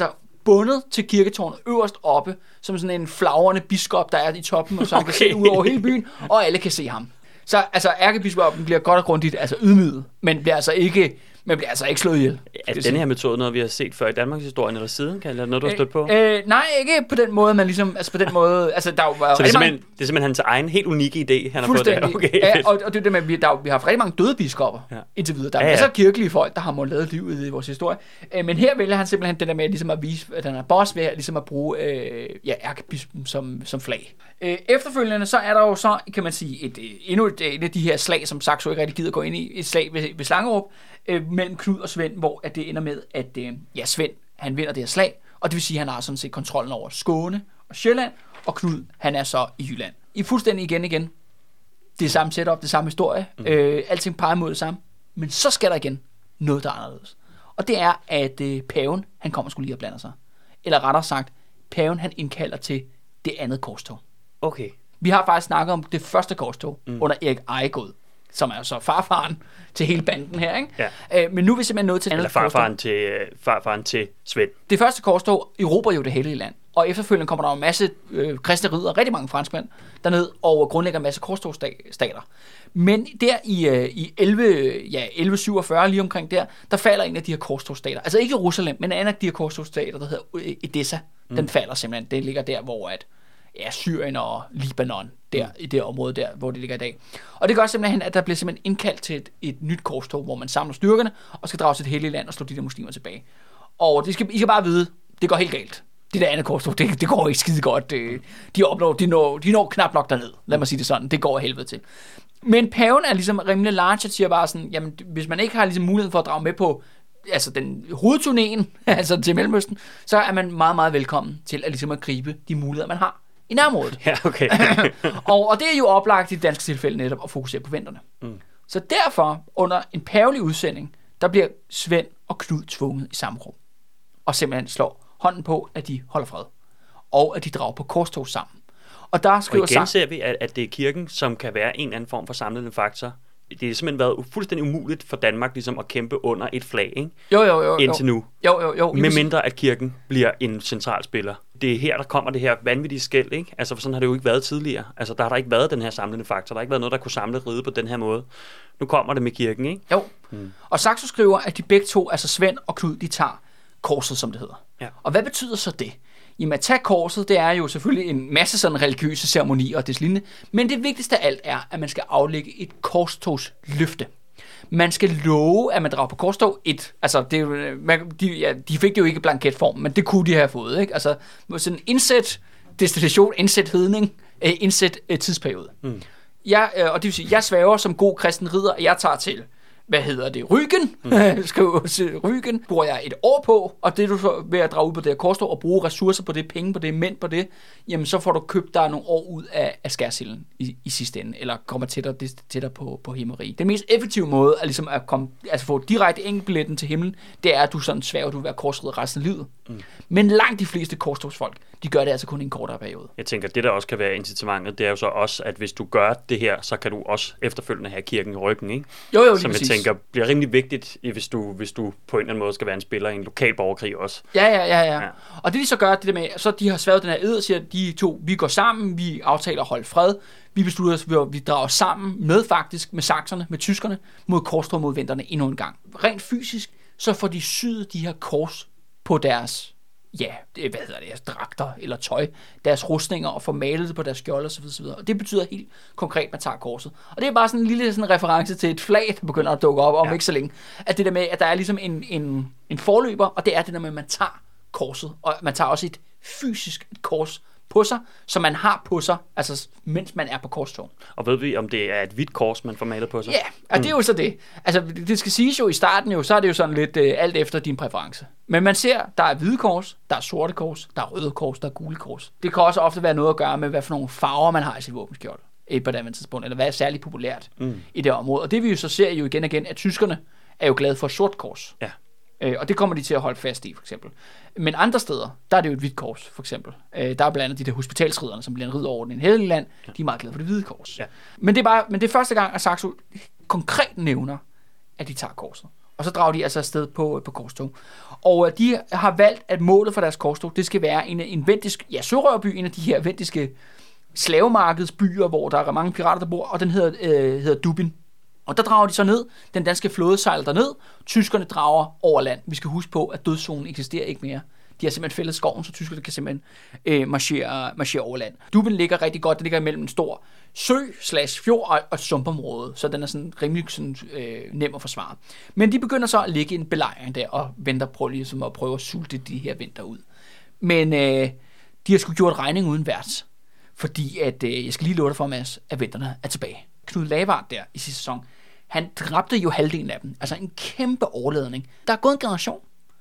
bundet til kirketårnet øverst oppe, som sådan en flagrende biskop, der er i toppen, og så han Okay. kan se ud over hele byen, og alle kan se ham. Så altså, ærkebiskoppen bliver godt og grundigt altså ydmyget, men bliver altså ikke, men bliver altså ikke slået ihjel. Er den her metode noget, vi har set før i Danmarks historie eller siden? Kan eller noget, du har stødt på? Øh, øh, nej, ikke på den måde, men ligesom, altså på den måde, altså der er jo Så det er, simpelthen, det er simpelthen hans egen helt unikke idé, han har fået der. fuldstændig. Okay, Ja, fedt. og, og det er det med, at vi, der, vi har haft rigtig mange døde biskopper Ja. indtil videre. Der er Ja, ja. masser af kirkelige folk, der har måttet lave livet i vores historie. Øh, men her vælger han simpelthen det der med ligesom at vise, at han er boss ved ligesom at bruge øh, ja, ærkebispen som, som flag. Øh, efterfølgende så er der jo så, kan man sige, et, et, endnu et, et af de her slag, som Saxo ikke rigtig gider gå ind i, et slag ved, ved Slangerup, øh, mellem Knud og Svend, hvor at det ender med, at øh, ja, Svend han vinder det her slag, og det vil sige, at han har sådan set kontrollen over Skåne og Sjælland, og Knud han er så i Jylland. I fuldstændig igen igen. Det er samme setup, det samme historie, mm. øh, alting peger mod det samme, men så sker der igen noget, der er anderledes. Og det er, at øh, paven, han kommer skulle lige og blander sig. Eller rettere sagt, paven han indkalder til det andet korstog. Okay. Vi har faktisk snakket om det første korstog mm. under Erik Ejegod, som er så farfaren til hele banden her, ikke? Ja. Øh, men nu er vi simpelthen nået til det Eller andet korstog. farfaren til, øh, farfaren til Svend. Det første korstog erobrer jo det hellige land, og efterfølgende kommer der jo en masse øh, kristne ridder, rigtig mange franskmænd, derned og grundlægger en masse korstogstater. Men der i, øh, i elleve, ja, elleve syvogfyrre, lige omkring der, der falder en af de her korstogstater. Altså ikke Jerusalem, men en anden af de her korstogstater, der hedder Edessa. Mm. Den falder simpelthen. Det ligger der, hvor at, ja, Syrien og Libanon, der mm. i det område der, hvor det ligger i dag. Og det gør simpelthen, at der bliver simpelthen indkaldt til et, et nyt korstog, hvor man samler styrkerne og skal drage til et hellige land og slå de der muslimer tilbage. Og det skal, I skal bare vide, det går helt galt. Det der andet korstog, det, det går ikke skide godt. De opnår, de når, de når knap nok derned. Lad mig sige det sådan. Det går af helvede til. Men paven er ligesom rimelig large, og siger bare sådan, jamen, hvis man ikke har ligesom mulighed for at drage med på altså den hovedturnéen, altså til Mellemøsten, så er man meget, meget velkommen til at ligesom at gribe de muligheder, man har i nærområdet. Ja, okay. og, og det er jo oplagt i det danske tilfælde netop at fokusere på venterne. Mm. Så derfor, under en pavelig udsending, der bliver Svend og Knud tvunget i samme rum. Og simpelthen slår hånden på, at de holder fred. Og at de drager på korstog sammen. Og der skriver og igen sang- ser vi, at, at det er kirken, som kan være en eller anden form for samlende faktor. Det har simpelthen været fuldstændig umuligt for Danmark ligesom at kæmpe under et flag, ikke? Jo, jo, jo. Indtil jo. nu. Jo, jo, jo. Med mindre, at kirken bliver en central spiller. Det er her, der kommer det her vanvittige skel, ikke? Altså, for sådan har det jo ikke været tidligere. Altså, der har der ikke været den her samlende faktor. Der har ikke været noget, der kunne samle ride på den her måde. Nu kommer det med kirken, ikke? Jo. Hmm. Og Saxo skriver, at de begge to, altså Svend og Knud, de tager korset, som det hedder. Ja. Og hvad betyder så det? Jamen, at tage korset, det er jo selvfølgelig en masse sådan religiøse ceremonier og deslignende, men det vigtigste af alt er, at man skal aflægge et korstogsløfte. Man skal love, at man drager på korstog et. Altså, det, man, de, ja, de fik det jo ikke i blanketform, men det kunne de have fået, ikke? Altså, sådan indsæt destination, indsæt hedning, indsæt tidsperiode. Mm. Jeg, og det vil sige, jeg svæver som god kristen ridder, jeg tager til, hvad hedder det, Rügen, mm. skriver Rügen, bruger jeg et år på, og det er du så ved at drage ud på det her korstog og bruge ressourcer på det, penge på det, mænd på det, jamen så får du købt dig nogle år ud af, af skærsilden i, i sidste ende, eller kommer tættere, tættere på, på himmeri. Den mest effektive måde at, ligesom at komme, altså få direkte enkeltbilletten til himlen, det er, at du sådan sværger, du vil være korsridder resten af livet. Mm. Men langt de fleste korstogsfolk, de gør det altså kun i en kortere periode. Jeg tænker, det der også kan være incitamentet, det er jo så også, at hvis du gør det her, så kan du også efterfølgende have kirken i ryggen, ikke? Jo, jo, som jeg præcis. tænker bliver rimelig vigtigt, hvis du, hvis du på en eller anden måde skal være en spiller i en lokal borgerkrig også. Ja, ja, ja, ja. Ja. Og det de så gør, det der med, så de har sværet den her ed og siger, at de to, vi går sammen, vi aftaler at holde fred, vi beslutter os, at vi drager sammen med faktisk, med sakserne, med tyskerne, mod korstog mod venterne endnu en gang. Rent fysisk, så får de syet de her kors på deres, ja, det, hvad hedder det, deres dragter eller tøj, deres rustninger, og får malet det på deres skjold og så videre, så videre. Og det betyder helt konkret, at man tager korset. Og det er bare sådan en lille sådan reference til et flag, der begynder at dukke op om ja. ikke så længe. At det der med, at der er ligesom en, en, en forløber, og det er det der med, at man tager korset, og man tager også et fysisk et kors på sig, som man har på sig, altså mens man er på korstog. Og ved vi, om det er et hvidt kors, man får malet på sig? Ja, og mm. det er jo så det. Altså, det skal siges jo i starten jo, så er det jo sådan lidt øh, alt efter din præference. Men man ser, der er hvide kors, der er sorte kors, der er røde kors, der er gule kors. Det kan også ofte være noget at gøre med, hvad for nogle farver man har i sit våbenskjold på det andet tidspunkt, eller hvad er særligt populært mm. i det område. Og det vi jo så ser jo igen og igen, at tyskerne er jo glade for sort kors. Ja. Øh, og det kommer de til at holde fast i, for eksempel. Men andre steder, der er det jo et hvidt kors, for eksempel. Øh, der er blandt andet de der hospitalsridderne, som bliver en ridderorden i en hellig land. Ja. De er meget glade for det hvide kors. Ja. Men det er bare, men det er første gang, at Saxo konkret nævner, at de tager korset. Og Og så drager de altså afsted på, på korstog. Og øh, de har valgt, at målet for deres korstog, det skal være en, en vendisk, ja, sørøverby, en af de her vendiske slavemarkedsbyer, hvor der er mange pirater, der bor, og den hedder, øh, hedder Dubin. Og der drager de så ned, den danske flåde sejler derned, tyskerne drager over land. Vi skal huske på, at dødszonen eksisterer ikke mere. De har simpelthen fældet skoven, så tyskerne kan simpelthen øh, marchere, marchere over land. Dubin ligger rigtig godt, det ligger imellem en stor sø, slash fjord og, og et sumpområde, så den er sådan rimelig sådan, øh, nem at forsvare. Men de begynder så at ligge en belejring der, og venter på ligesom at prøve at sulte de her vinter ud. Men øh, de har sgu gjort regning uden værts, fordi at, øh, jeg skal lige love dig for, Mads, at vinterne er tilbage. Knud Lavard der i sidste sæson, han dræbte jo halvdelen af dem, altså en kæmpe overladning. Der er gået en generation.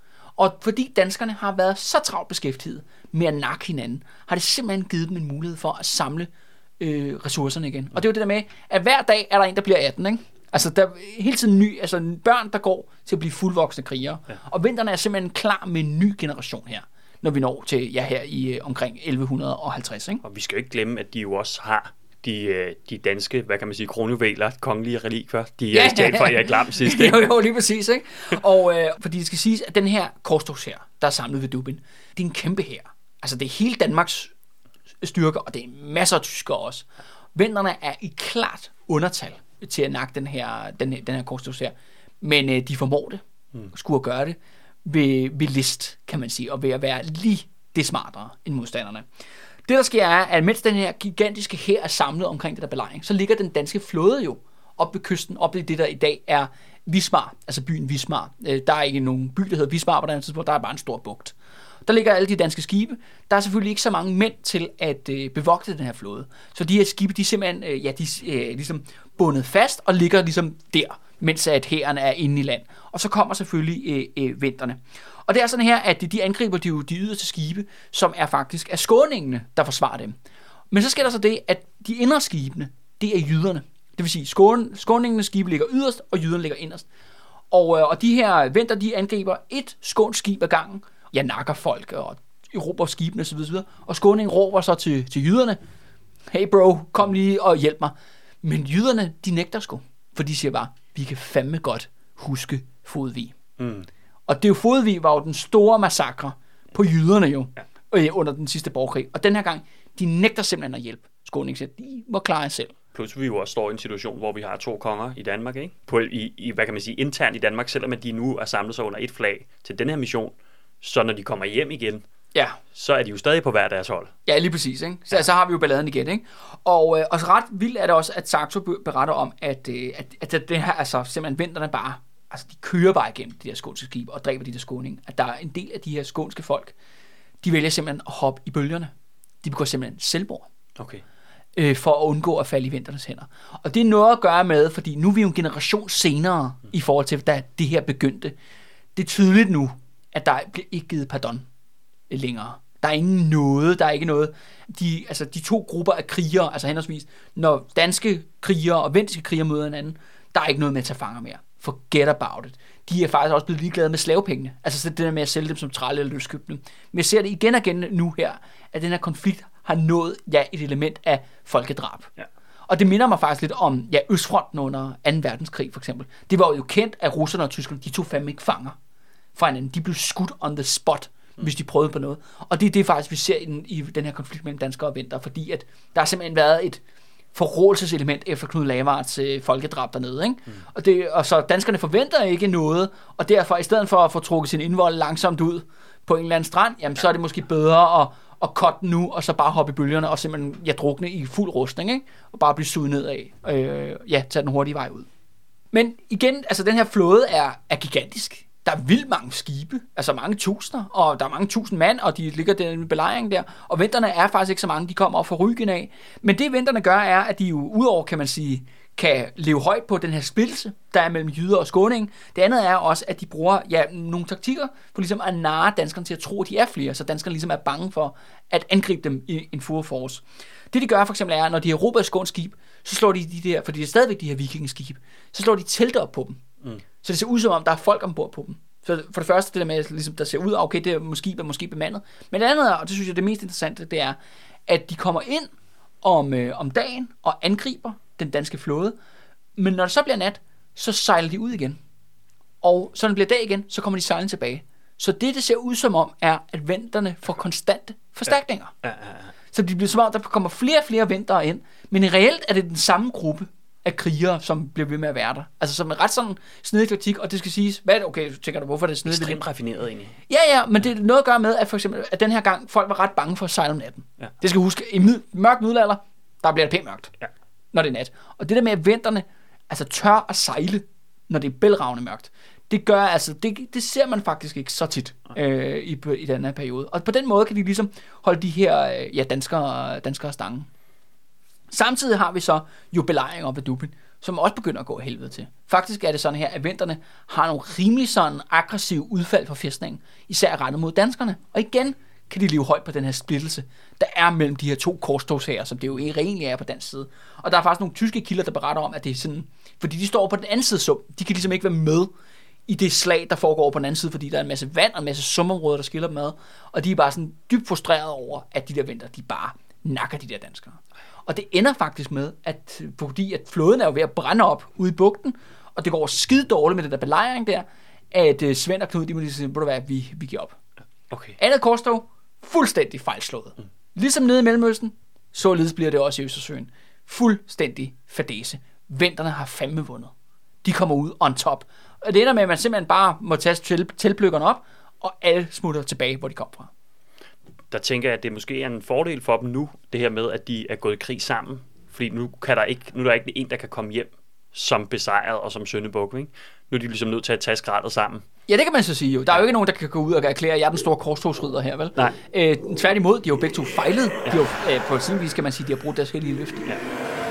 Og fordi danskerne har været så travlt beskæftiget med at nakke hinanden, har det simpelthen givet dem en mulighed for at samle øh, ressourcerne igen. Og det er jo det der med, at hver dag er der en, der bliver atten, ikke? Altså der er hele tiden ny, altså børn, der går til at blive fuldvoksne krigere. Ja. Og vinterne er simpelthen klar med en ny generation her, når vi når til, ja, her i øh, omkring elleve halvtreds, ikke? Og vi skal jo ikke glemme, at de jo også har de, de danske, hvad kan man sige, kronjuveler, kongelige relikver, de er ja. stjælt fra Erik Lam sidst, ikke? jo, jo, lige præcis, ikke? Og øh, fordi det skal siges, at den her korstogshær, der er samlet ved Dubin, det er en kæmpe hær. Altså det er hele Danmarks styrker, og det er masser af tyskere også. Venderne er i klart undertal til at nakke den her, den her, den her korstogshær, men øh, de formår det, mm. skulle at gøre det, ved, ved list, kan man sige, og ved at være lige det smartere end modstanderne. Det, der sker, er, at mens den her gigantiske hær er samlet omkring det der belejring, så ligger den danske flåde jo op ved kysten, op ved det, der i dag er Wismar, altså byen Wismar. Der er ikke nogen by, der hedder Wismar på den tidspunkt, der er bare en stor bugt. Der ligger alle de danske skibe. Der er selvfølgelig ikke så mange mænd til at øh, bevogte den her flåde. Så de her skibe, de er simpelthen øh, ja, de, øh, ligesom bundet fast og ligger ligesom der, mens at hæren er inde i land. Og så kommer selvfølgelig øh, øh, vinterne. Og det er sådan her, at de angriber de, jo de yderste skibe, som er faktisk er skåningene, der forsvarer dem. Men så sker der så det, at de indre skibene, det er jyderne. Det vil sige, skån, skåningenes skibe ligger yderst, og jyderne ligger inderst. Og, øh, og de her vinter, de angriber et skånsk skib ad gangen. Ja, nakker folk og erobrer skibene osv. osv. Og skåningen råber så til, til jyderne, hey bro, kom lige og hjælp mig. Men jyderne, de nægter sgu, for de siger bare, vi kan fandme godt huske Fodvig. Mm. Og det er jo Fodvig var jo den store massakre på jyderne jo, ja. øh, under den sidste borgerkrig. Og den her gang, de nægter simpelthen at hjælpe skåningen, så de må klare selv. Plus vi jo også står i en situation, hvor vi har to konger i Danmark, ikke? På, i, i, hvad kan man sige, internt i Danmark, selvom at de nu er samlet sig under et flag til den her mission. Så når de kommer hjem igen, ja. så er de jo stadig på hver deres hold. Ja, lige præcis. Ikke? Så, ja. så har vi jo balladen igen. Ikke? Og, øh, og så ret vildt er det også, at Saxo beretter om, at, øh, at, at det her, altså simpelthen vinterne bare, altså de kører bare igennem de der skånske skibe og dræber de der skåning. At der er en del af de her skånske folk, de vælger simpelthen at hoppe i bølgerne. De begår simpelthen selvmord. Okay. Øh, for at undgå at falde i vinternes hænder. Og det er noget at gøre med, fordi nu er vi jo en generation senere, mm. i forhold til, da det her begyndte. Det er tydeligt nu, at der bliver ikke givet pardon længere. Der er ingen noget, der er ikke noget. De, altså, de to grupper af krigere, altså henholdsvis, når danske krigere og vendiske krigere møder hinanden, der er ikke noget med at tage fanger mere. Forget about it. De er faktisk også blevet ligeglade med slavepengene. Altså det der med at sælge dem som trælle eller løskøbe dem. Men jeg ser det igen og igen nu her, at den her konflikt har nået ja, et element af folkedrab. Ja. Og det minder mig faktisk lidt om ja, Østfronten under anden verdenskrig for eksempel. Det var jo kendt, at russerne og tyskerne, de tog fandme ikke fanger fra hinanden. De blev skudt on the spot, mm. hvis de prøvede på noget. Og det er det faktisk, vi ser i den, i den her konflikt mellem danskere og ventere, fordi at der har simpelthen været et forrådelseselement efter Knud Lavards øh, folkedrab dernede. Ikke? Mm. Og, det, og så danskerne forventer ikke noget, og derfor i stedet for at få trukket sin indvold langsomt ud på en eller anden strand, jamen så er det måske bedre at, at cutte nu, og så bare hoppe i bølgerne, og simpelthen ja, drukne i fuld rustning, ikke? Og bare blive suget nedad. Øh, ja, tage den hurtige vej ud. Men igen, altså den her flåde er, er gigantisk. Der er vildt mange skibe, altså mange tusinder, og der er mange tusind mand, og de ligger der i en belejring der, og vinterne er faktisk ikke så mange, de kommer op fra Rügen af. Men det vinterne gør, er, at de jo udover, kan man sige, kan leve højt på den her splittelse, der er mellem jyder og skåning. Det andet er også, at de bruger ja, nogle taktikker for ligesom at narre danskerne til at tro, at de er flere, så danskerne ligesom er bange for at angribe dem i en furforce. Det de gør for eksempel er, når de erobrer et skånsk skib, så slår de de der, fordi det er stadigvæk de her vikingeskib, så slår de telte op på dem. Mm. Så det ser ud som om, der er folk ombord på dem. Så for det første, det der med, ligesom, der ser ud, okay, det er måske, er måske bemandet. Men det andet, og det synes jeg det mest interessante, det er, at de kommer ind om, øh, om dagen og angriber den danske flåde. Men når det så bliver nat, så sejler de ud igen. Og så når det bliver dag igen, så kommer de sejlende tilbage. Så det, det ser ud som om, er, at venterne får konstante forstærkninger. Ja. Ja, ja, ja. Så det bliver som om, der kommer flere og flere ventere ind. Men i reelt er det den samme gruppe af krigere, som bliver ved med at være der. Altså som en ret sådan snedig taktik, og det skal siges, hvad er det, okay, tænker du, hvorfor er det snedigt? Ekstremt raffineret egentlig. Ja, ja, men det er noget at gøre med, at for eksempel, at den her gang, folk var ret bange for at sejle om natten. Ja. Det skal huske, i mid- mørk middelalder, der bliver det pænt mørkt, ja. Når det er nat. Og det der med, at venterne altså tør at sejle, når det er bælragende mørkt, det gør altså, det, det ser man faktisk ikke så tit øh, i, i den her periode. Og på den måde kan de ligesom holde de her øh, ja, danskere, danskere stangen. Samtidig har vi så jo belejringer op ved Dublin, som også begynder at gå helvede til. Faktisk er det sådan her, at venterne har nogle rimelig sådan aggressive udfald fra fæstningen, især rettet mod danskerne. Og igen kan de leve højt på den her splittelse, der er mellem de her to korstogshære, som det jo egentlig er på dansk side. Og der er faktisk nogle tyske kilder, der beretter om, at det er sådan, fordi de står på den anden side sum, de kan ligesom ikke være med i det slag, der foregår på den anden side, fordi der er en masse vand og en masse sumområder, der skiller dem ad, og de er bare sådan dybt frustrerede over, at de der venter, de bare nakker de der danskere. Og det ender faktisk med, at fordi at flåden er jo ved at brænde op ude i bugten, og det går skide dårligt med den der belejring der, at uh, Svend og Knud, de må lige sige, hvor du hvad, vi, vi giver op. Okay. Andet korstog, fuldstændig fejlslået. Mm. Ligesom nede i Mellemøsten, således bliver det også i Østersøen. Fuldstændig fadese. Venterne har fandme vundet. De kommer ud on top. Og det ender med, at man simpelthen bare må tage til, tilpløkkerne op, og alle smutter tilbage, hvor de kom fra. Der tænker jeg, at det måske er en fordel for dem nu, det her med, at de er gået i krig sammen. Fordi nu, kan der ikke, nu er der ikke en, der kan komme hjem som besejret og som syndebuk, ikke? Nu er de ligesom nødt til at tage skrattet sammen. Ja, det kan man så sige jo. Der er jo ikke nogen, der kan gå ud og erklære, at jeg er den store korstogsridder her, vel? Nej. Øh, tværtimod, de har jo begge to fejlet. Ja. De har jo, øh, på sin vis kan man sige, de har brugt deres hellige løft. Ja.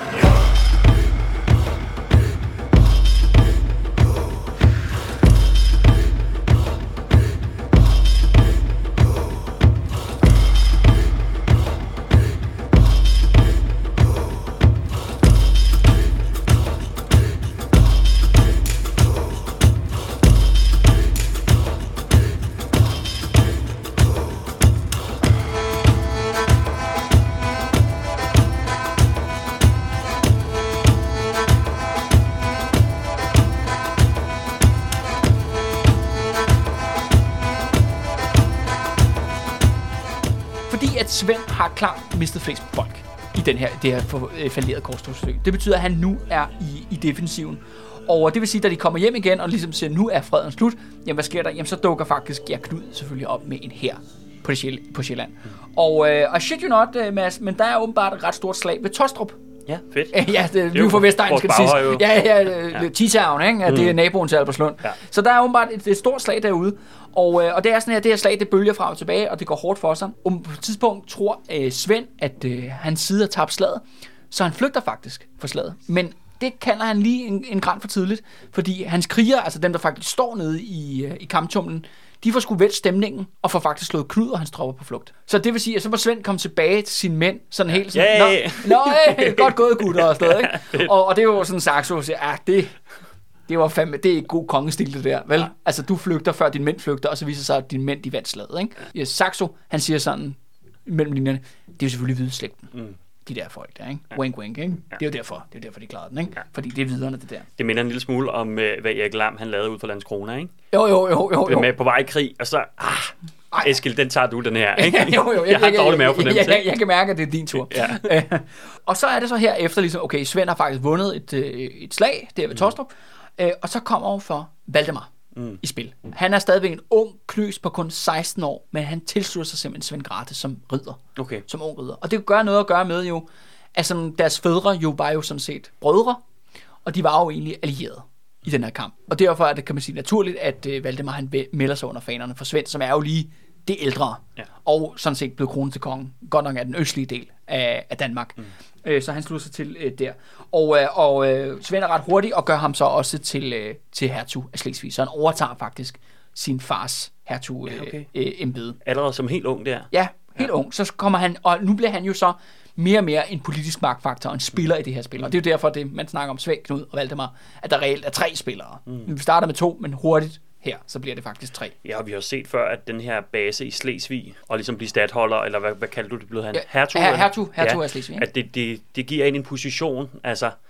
Svend har klart mistet flest folk i den her, det her falderede korstogsforsøg. Det betyder, at han nu er i, i defensiven. Og det vil sige, at da de kommer hjem igen og ligesom siger, nu er freden slut, jamen hvad sker der? Jamen så dukker faktisk Gerd Knud selvfølgelig op med en hær på, på Sjælland. Mm. Og, øh, og shit you not, uh, Mads, men der er åbenbart et ret stort slag ved Tostrup. Ja, fedt. Ja, det er lige for Vestegn, skal det siges. Ja, ja, ja. Tishavn, ikke? Ja, det er naboen til Albertslund. Ja. Så der er åbenbart et, et stort slag derude. Og, øh, og det er sådan her, det her slag, det bølger frem og tilbage, og det går hårdt for sig. Og på et tidspunkt tror øh, Svend, at øh, hans side har tabt slaget, så han flygter faktisk fra slaget. Men det kalder han lige en, en gran for tidligt, fordi hans krigere, altså dem, der faktisk står nede i, øh, i kamptumlen, de får sgu vælt stemningen, og får faktisk slået Knud og hans tropper på flugt. Så det vil sige, at så må Svend komme tilbage til sine mænd, sådan helt sådan, yeah. Nå, nå hey, godt gået gutter og sådan noget, ikke? Og, og det er jo sådan Saxo, der siger, ah, det, det var fandme, det er ikke god kongestil det der, vel? Ja. Altså, du flygter, før din mænd flygter, og så viser sig, at dine mænd, de vandt slaget, ikke? Ja. Saxo, han siger sådan, mellem linjerne, det er jo selvfølgelig hvideslægten. Mm. De der folk der, ikke? Ja. Wink, wink, ikke? Ja. Det er jo derfor, det er derfor, de klarede den, ikke? Ja. Fordi det er viderne, det der. Det minder en lille smule om, hvad Erik Lam, han lavede ud for Landskrona, ikke? Jo, jo, jo, jo. jo. Med på vej i krig, og så, ah, Eskild, den tager du, den her, ikke? jo, jo, jeg, jeg har dårlig mavefornemmelse. Jeg, jeg, jeg kan mærke, at det er din tur. Ja. Og så er det så her efter, ligesom, okay, Svend har faktisk vundet et, et slag, der ved Tostrup, mm. og så kommer over for Valdemar. Mm. I spil. Han er stadigvæk en ung knøs på kun seksten år, men han tilslutter sig simpelthen Svend Grathe som ridder. Okay. Som ung ridder. Og det gør noget at gøre med jo, altså deres fædre jo var jo sådan set brødre, og de var jo egentlig allierede i den her kamp. Og derfor er det, kan man sige, naturligt, at uh, Valdemar han melder sig under fanerne for Svend, som er jo lige det ældre, ja. Og sådan set blevet kronet til kongen, godt nok af den østlige del af, af Danmark. Mm. Uh, så han slutter sig til uh, der. Og, uh, og uh, Svend er ret hurtig, og gør ham så også til, uh, til hertug af Slesvig. Så han overtager faktisk sin fars hertug uh, ja, okay. uh, embede. Allerede som helt ung der? Ja, helt ja. ung. Så kommer han, og nu bliver han jo så mere og mere en politisk magtfaktor og en spiller i det her spil. Og det er jo derfor, det, man snakker om Svend, Knud og Valdemar, at der reelt er tre spillere. Mm. Vi starter med to, men hurtigt her, så bliver det faktisk tre. Ja, og vi har set før, at den her base i Slesvig, og ligesom blive stadholder, eller hvad, hvad kalder du det, blev han? Ja, hertug? Her, hertug, hertug ja, af Slesvig. At det, det, det giver en en position, altså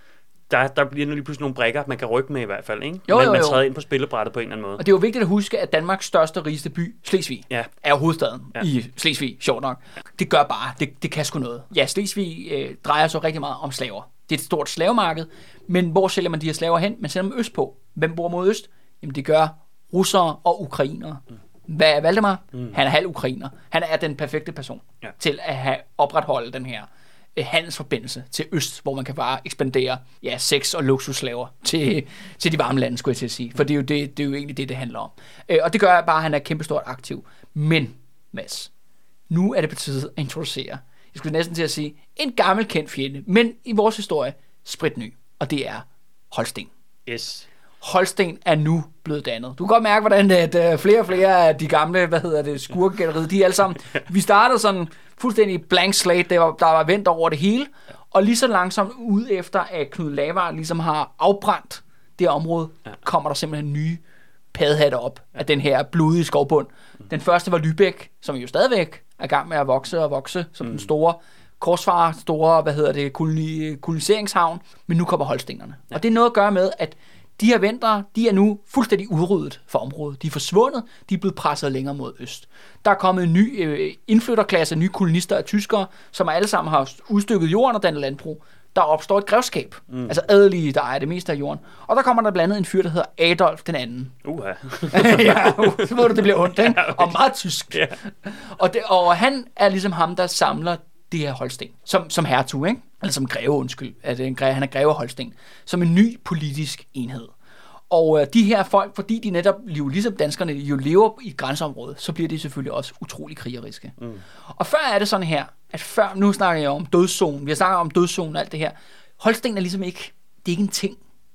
der, der bliver nu lige pludselig nogle brækker, man kan rykke med i hvert fald, ikke? Jo, man, jo, jo. man træder ind på spillebrættet på en eller anden måde. Og det er jo vigtigt at huske, at Danmarks største rigeste by, Slesvig, ja. er hovedstaden ja. i Slesvig, sjovt nok. Ja. Det gør bare, det, det kan sgu noget. Ja, Slesvig øh, drejer sig rigtig meget om slaver. Det er et stort slavemarked, men hvor sælger man de her slaver hen? Man sælger dem østpå. Hvem bor mod øst? Jamen det gør russere og ukrainere. Mm. Hvad er Valdemar? Mm. Han er halv ukrainer. Han er den perfekte person ja. til at have opretholde den her eh, handelsforbindelse til øst, hvor man kan bare ekspandere ja, sex og luksusslaver til, til de varme lande, skulle jeg til at sige. For det er jo, det, det er jo egentlig det, det handler om. Eh, og det gør bare, at han er kæmpestort aktiv. Men, Mads, nu er det på tide at introducere, jeg skulle næsten til at sige, en gammel kendt fjende, men i vores historie, spritny. Og det er Holsten. Yes. Holsten er nu blevet dannet. Du kan godt mærke, hvordan at, uh, flere og flere af de gamle, hvad hedder det, skurkegalleriet, de er alle sammen, vi startede sådan fuldstændig blank slate, der var, der var vendt over det hele, og lige så langsomt ud efter, at Knud Lavard ligesom har afbrændt det område, ja. kommer der simpelthen nye paddehatte op ja. af den her blodige skovbund. Den første var Lübeck, som jo stadigvæk er i gang med at vokse og vokse, som mm. den store korsfarer, store, hvad hedder det, koloni, koloniseringshavn, men nu kommer holstenerne. Ja. Og det er noget at gøre med, at de her ventere, de er nu fuldstændig udryddet fra området. De er forsvundet, de er blevet presset længere mod øst. Der er kommet en ny øh, indflytterklasse, nye kolonister af tyskere, som alle sammen har udstykket jorden og dannet landbrug. Der opstår et grevskab, mm. altså adelige, der ejer det meste af jorden. Og der kommer der blandt andet en fyr, der hedder Adolf den anden. Uha. ja, uh, så må det bliver ondt, ikke? Ja, okay. Og meget tysk. Yeah. Og, det, og han er ligesom ham, der samler det her Holsten, som, som hertug, ikke? Eller som greve, undskyld. At en greve, han er greve Holsten. Som en ny politisk enhed. Og øh, de her folk, fordi de netop, jo, ligesom danskerne, jo lever i et grænseområde, så bliver de selvfølgelig også utrolig krigeriske. Mm. Og før er det sådan her, at før, nu snakker jeg om dødszonen, vi har snakket om dødszonen og alt det her. Holsten er ligesom ikke, det er ikke en ting.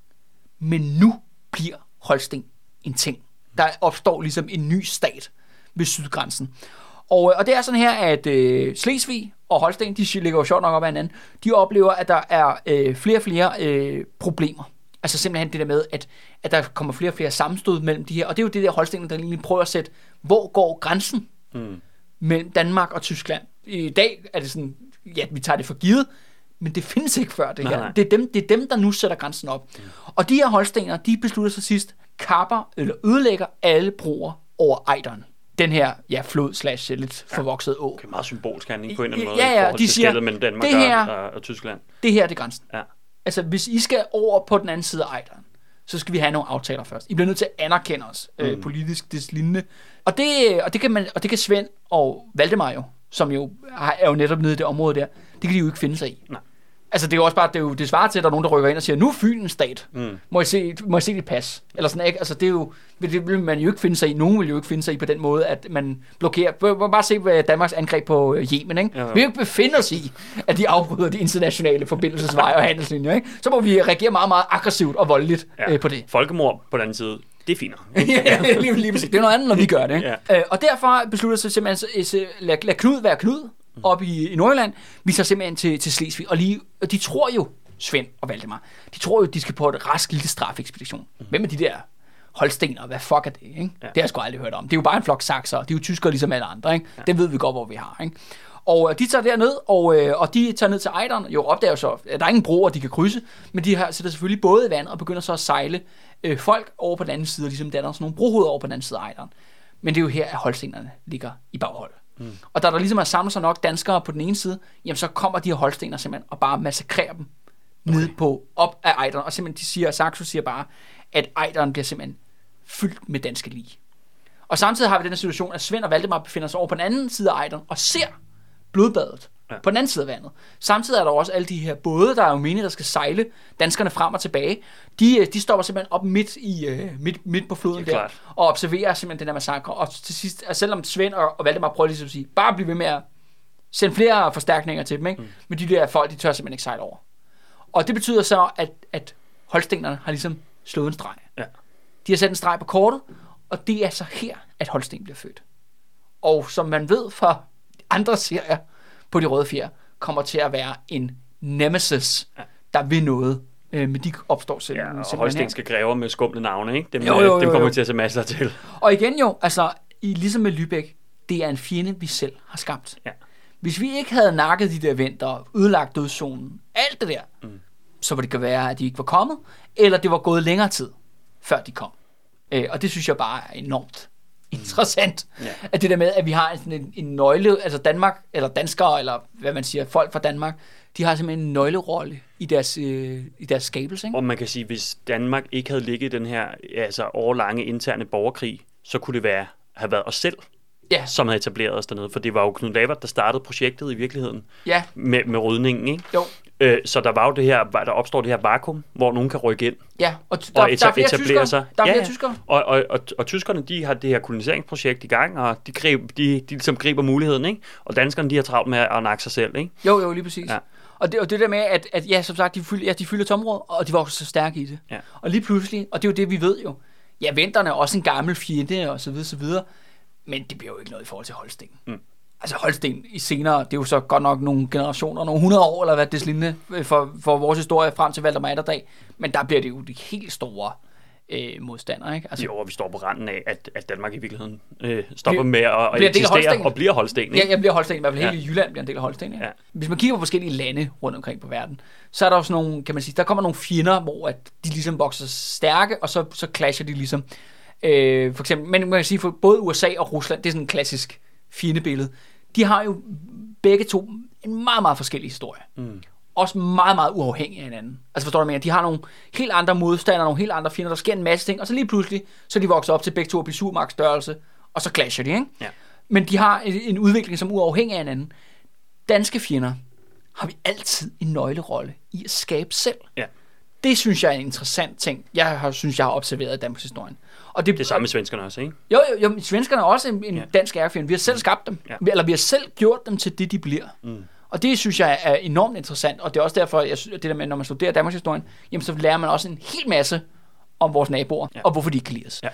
Men nu bliver Holsten en ting. Der opstår ligesom en ny stat ved sydgrænsen. Og, og det er sådan her, at øh, Slesvig og Holsten, de ligger jo sjovt nok op ad hinanden, de oplever, at der er øh, flere og flere øh, problemer. Altså simpelthen det der med, at, at der kommer flere og flere sammenstød mellem de her. Og det er jo det der Holsten, der lige prøver at sætte, hvor går grænsen mm. mellem Danmark og Tyskland. I dag er det sådan, ja, vi tager det for givet, men det findes ikke før det nej, her. Nej. Det, er dem, det er dem, der nu sætter grænsen op. Mm. Og de her Holstener, de beslutter sig sidst, kapper eller ødelægger alle broer over Ejderen. Den her, ja, flod slash lidt forvokset å. Det er meget symbolsk handling på en eller anden måde. Ja, ja, de siger, mellem Danmark det her, og, og Tyskland. Det her er det grænsen. Ja. Altså, hvis I skal over på den anden side af Ejderen, så skal vi have nogle aftaler først. I bliver nødt til at anerkende os mm. øh, politisk, det lignende. Og det, og, det kan man, og det kan Svend og Valdemar jo, som jo er jo netop nede i det område der, det kan de jo ikke finde sig i. Nej. Altså, det er jo også bare, det, er jo, det svarer til, at der er nogen, der rykker ind og siger, nu er Fyn en stat. Mm. Må jeg se, må jeg se dit pas? Eller sådan, ikke? Altså, det er jo, det vil man jo ikke finde sig i. Nogen vil jo ikke finde sig i på den måde, at man blokerer. Bare se Danmarks angreb på Yemen, ikke? Ja. Vi vil jo ikke befinde os i, at de afbryder de internationale forbindelsesveje og handelslinjer, ikke? Så må vi reagere meget, meget aggressivt og voldeligt ja. øh, på det. Folkemord på den anden side, det er finere. ja, lige, lige præcis. Det er noget andet, når vi gør det, ikke? Ja. Øh, og derfor beslutter sig simpelthen, at lad, lad Knud være Knud, op i, i Nordjylland, vi tager simpelthen til, til Slesvig, og, lige, og de tror jo, Svend og Valdemar, de tror jo, de skal på et rask lille strafekspedition. Mm. Hvem er de der Holstener? Hvad fuck er det, ikke? Ja. Det har jeg sgu aldrig hørt om. Det er jo bare en flok sakser, de er jo tyskere ligesom alle andre, ikke? Ja. Den ved vi godt, hvor vi har, ikke? Og de tager derned, og, og de tager ned til Ejderen, jo opdager så, at der er ingen broer, de kan krydse, men de har, sætter selvfølgelig både i vandet og begynder så at sejle øh, folk over på den anden side, og ligesom danner sådan nogle brohoveder over på den anden side af Ejderen. Men det er jo her, at Holstenerne ligger i baghold. Mm. Og da der ligesom er samlet sig nok danskere på den ene side, jamen så kommer de her Holstener simpelthen og bare massakrerer dem okay. ned på, op af Ejderen. Og simpelthen de siger, Saxo siger bare, at Ejderen bliver simpelthen fyldt med danske lig. Og samtidig har vi den her situation, at Svend og Valdemar befinder sig over på den anden side af Ejderen og ser blodbadet ja. på den anden side af vandet. Samtidig er der også alle de her både, der er jo meningen, der skal sejle danskerne frem og tilbage. De, de stopper simpelthen op midt, i, uh, midt, midt på floden der, klart. og observerer simpelthen den her massakre. Og til sidst, altså selvom Svend og, og Valdemar prøver ligesom at sige, bare bliv ved med at sende flere forstærkninger til dem, ikke? Mm. Men de der folk, de tør simpelthen ikke sejle over. Og det betyder så, at, at Holstenerne har ligesom slået en streg. Ja. De har sat en streg på kortet, og det er så her, at Holsten bliver født. Og som man ved fra andre serier på De Røde Fjer, kommer til at være en nemesis, ja. der vil noget, øh, men de opstår selv. Ja, og holstenske grever med skumle navne, ikke? Dem, jo, jo, jo, jo. dem kommer vi til at se masser til. Og igen jo, altså, i, ligesom med Lübeck, det er en fjende, vi selv har skabt. Ja. Hvis vi ikke havde nakket de der venter, ødelagt dødszonen, alt det der, mm. så det kan være, at de ikke var kommet, eller det var gået længere tid, før de kom. Øh, og det synes jeg bare er enormt interessant, ja. At det der med, at vi har sådan en, en nøgle, altså Danmark, eller danskere, eller hvad man siger, folk fra Danmark, de har simpelthen en nøglerolle i deres, øh, i deres skabelse. Ikke? Og man kan sige, hvis Danmark ikke havde ligget i den her altså årlange interne borgerkrig, så kunne det være, have været os selv, ja. Som havde etableret os dernede. For det var jo Knud Lavard, der startede projektet i virkeligheden ja. med, med rydningen. Ikke? Jo. Øh, så der var jo det her, der opstår det her vakuum, hvor nogen kan rykke ind. Ja, og, der, og eta- der er flere tyskere. Sig. Der er ja, flere tyskere. Og, og, og, og tyskerne, de har det her koloniseringsprojekt i gang, og de, greb, de, de ligesom griber muligheden, ikke? Og danskerne, de har travlt med at nakke sig selv, ikke? Jo, jo, lige præcis. Ja. Og det, og det der med, at, at ja, som sagt, de fylder, ja, de fylder tområdet, og de var også så stærke i det. Ja. Og lige pludselig, og det er jo det, vi ved jo, ja, venterne er også en gammel fjende, og så videre, så videre, men det bliver jo ikke noget i forhold til Holsten. Mm. Altså Holsten i senere, det er jo så godt nok nogle generationer, nogle hundrede år, eller hvad det er lignende, for, for vores historie frem til Valdemar Atterdag, men der bliver det jo de helt store øh, modstandere, ikke? Altså, jo, og vi står på randen af, at, at Danmark i virkeligheden øh, stopper vi, med at, at eksistere og bliver Holsten, ikke? Ja, jeg bliver Holsten, i hvert fald ja. hele Jylland bliver en del af Holsten, ikke? Ja. Hvis man kigger på forskellige lande rundt omkring på verden, så er der også nogle, kan man sige, der kommer nogle fjender, hvor at de ligesom vokser stærke, og så, så clasher de ligesom. Øh, for eksempel, men man kan sige, for både U S A og Rusland, det er sådan en klassisk fjendebillede. De har jo begge to en meget, meget forskellig historie. Mm. Også meget, meget uafhængige af hinanden. Altså forstår du mig? De har nogle helt andre modstandere, nogle helt andre fjender, der sker en masse ting, og så lige pludselig, så de vokser op til begge to at blive supermagtstørrelse, og så clasher de, ikke? Ja. Men de har en, en udvikling, som er uafhængig af hinanden. Danske fjender har vi altid en nøglerolle i at skabe selv. Ja. Det synes jeg er en interessant ting, jeg har, synes, jeg har observeret i Danmarks historie. Og det, det samme med svenskerne også, ikke? Jo, jo, jo, svenskerne er også en, en ja. dansk ærefjende. Vi har selv skabt dem. Ja. Eller vi har selv gjort dem til det, de bliver. Mm. Og det synes jeg er enormt interessant. Og det er også derfor, jeg synes, det der med, når man studerer Danmarks historie, jamen så lærer man også en hel masse om vores naboer, ja. Og hvorfor de ikke kan lide os. Ja.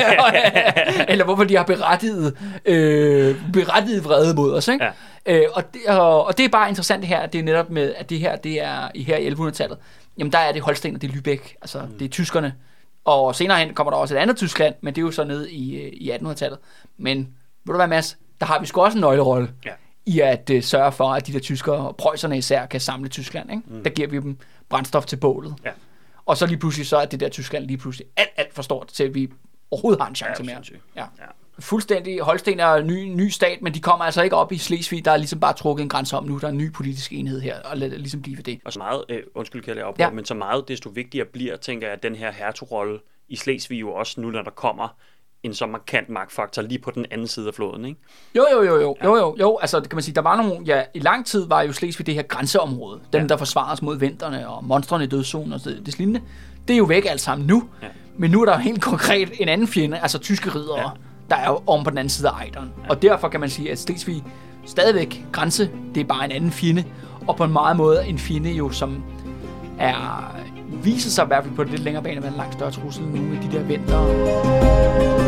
Eller hvorfor de har berettiget, øh, berettiget vrede mod os. Ikke? Ja. Øh, og, det, og, og det er bare interessant her, at det er netop med, at det her, det er i her i ellevehundredetallet. Jamen der er det Holsten, og det er Lübeck. Altså mm. det er tyskerne. Og senere hen kommer der også et andet Tyskland, men det er jo så nede i, i attenhundredetallet. Men ved du hvad, Mads? Der har vi sgu også en nøglerolle ja. I at uh, sørge for, at de der tyskere, og preusserne især, kan samle Tyskland. Ikke? Mm. Der giver vi dem brændstof til bålet. Ja. Og så lige pludselig så er det der Tyskland lige pludselig alt, alt for stort, til at vi overhovedet har en chance ja, mere. Ja. Ja. Fuldstændig. Holsten er en ny, ny stat, men de kommer altså ikke op i Slesvig. Der er ligesom bare trukket en grænse om nu. Der er en ny politisk enhed her, og lad det ligesom blive ved det. Og så meget, øh, undskyld, kan jeg op, ja. Men så meget desto vigtigere bliver, tænker jeg, at den her hertugrolle i Slesvig jo også nu, når der kommer en så markant magtfaktor lige på den anden side af floden, ikke? Jo, jo, jo, jo, ja. jo, jo, jo, altså det kan man sige, der var nogle, ja, i lang tid var jo Slesvig det her grænseområde, dem ja. Der forsvarer os mod venterne og monstrene i dødszonen og det, det lignende. Det er jo væk alt sammen nu, ja. Men nu er der helt konkret en anden fjende, altså tyske riddere, ja. Der er jo om på den anden side af Ejderen. Ja. Og derfor kan man sige, at Slesvig stadigvæk grænse, det er bare en anden fjende, og på en meget måde en fjende jo, som er viser sig i hvert fald på det lidt længere bane, at være en langt større trussel end nogle af de der ventere.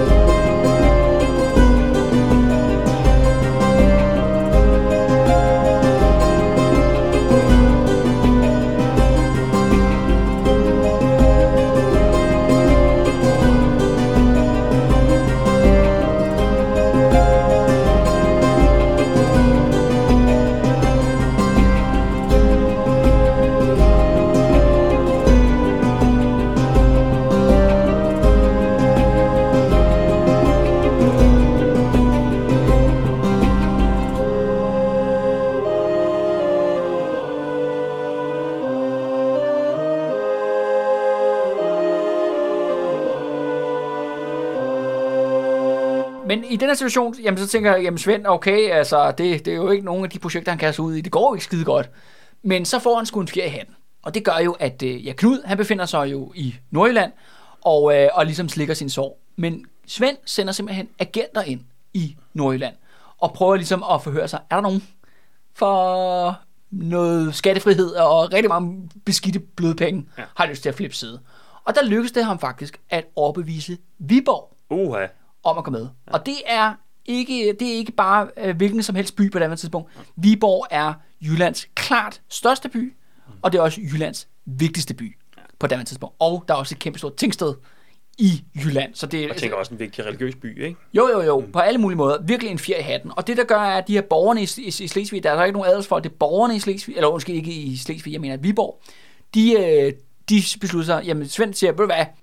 Men i den her situation, jamen, så tænker jeg, jamen Svend, okay, altså, det, det er jo ikke nogen af de projekter, han kaster ud i. Det går jo ikke skide godt. Men så får han sgu en fjer i hatten. Og det gør jo, at ja, Knud, han befinder sig jo i Nordjylland, og, øh, og ligesom slikker sin sorg. Men Svend sender simpelthen agenter ind i Nordjylland, og prøver ligesom at forhøre sig, er der nogen for noget skattefrihed og rigtig mange beskidte blodpenge, ja. Har lyst til at flippe side. Og der lykkes det ham faktisk at overbevise Viborg. Uha. Om at komme med. Ja. Og det er ikke, det er ikke bare øh, hvilken som helst by på det andet tidspunkt. Ja. Viborg er Jyllands klart største by, mm. og det er også Jyllands vigtigste by ja. På det andet tidspunkt. Og der er også et kæmpe stort tingsted i Jylland. Så det, og tænker også en vigtig religiøs by, ikke? Jo, jo, jo. Mm. På alle mulige måder. Virkelig en fjer i hatten. Og det, der gør, er, at de her borgerne i, i, i Slesvig, der er der ikke nogen adelsfolk, det er borgerne i Slesvig, eller måske ikke i Slesvig, jeg mener Viborg, de, øh, de beslutter sig, jamen Svend siger, ved du hvad,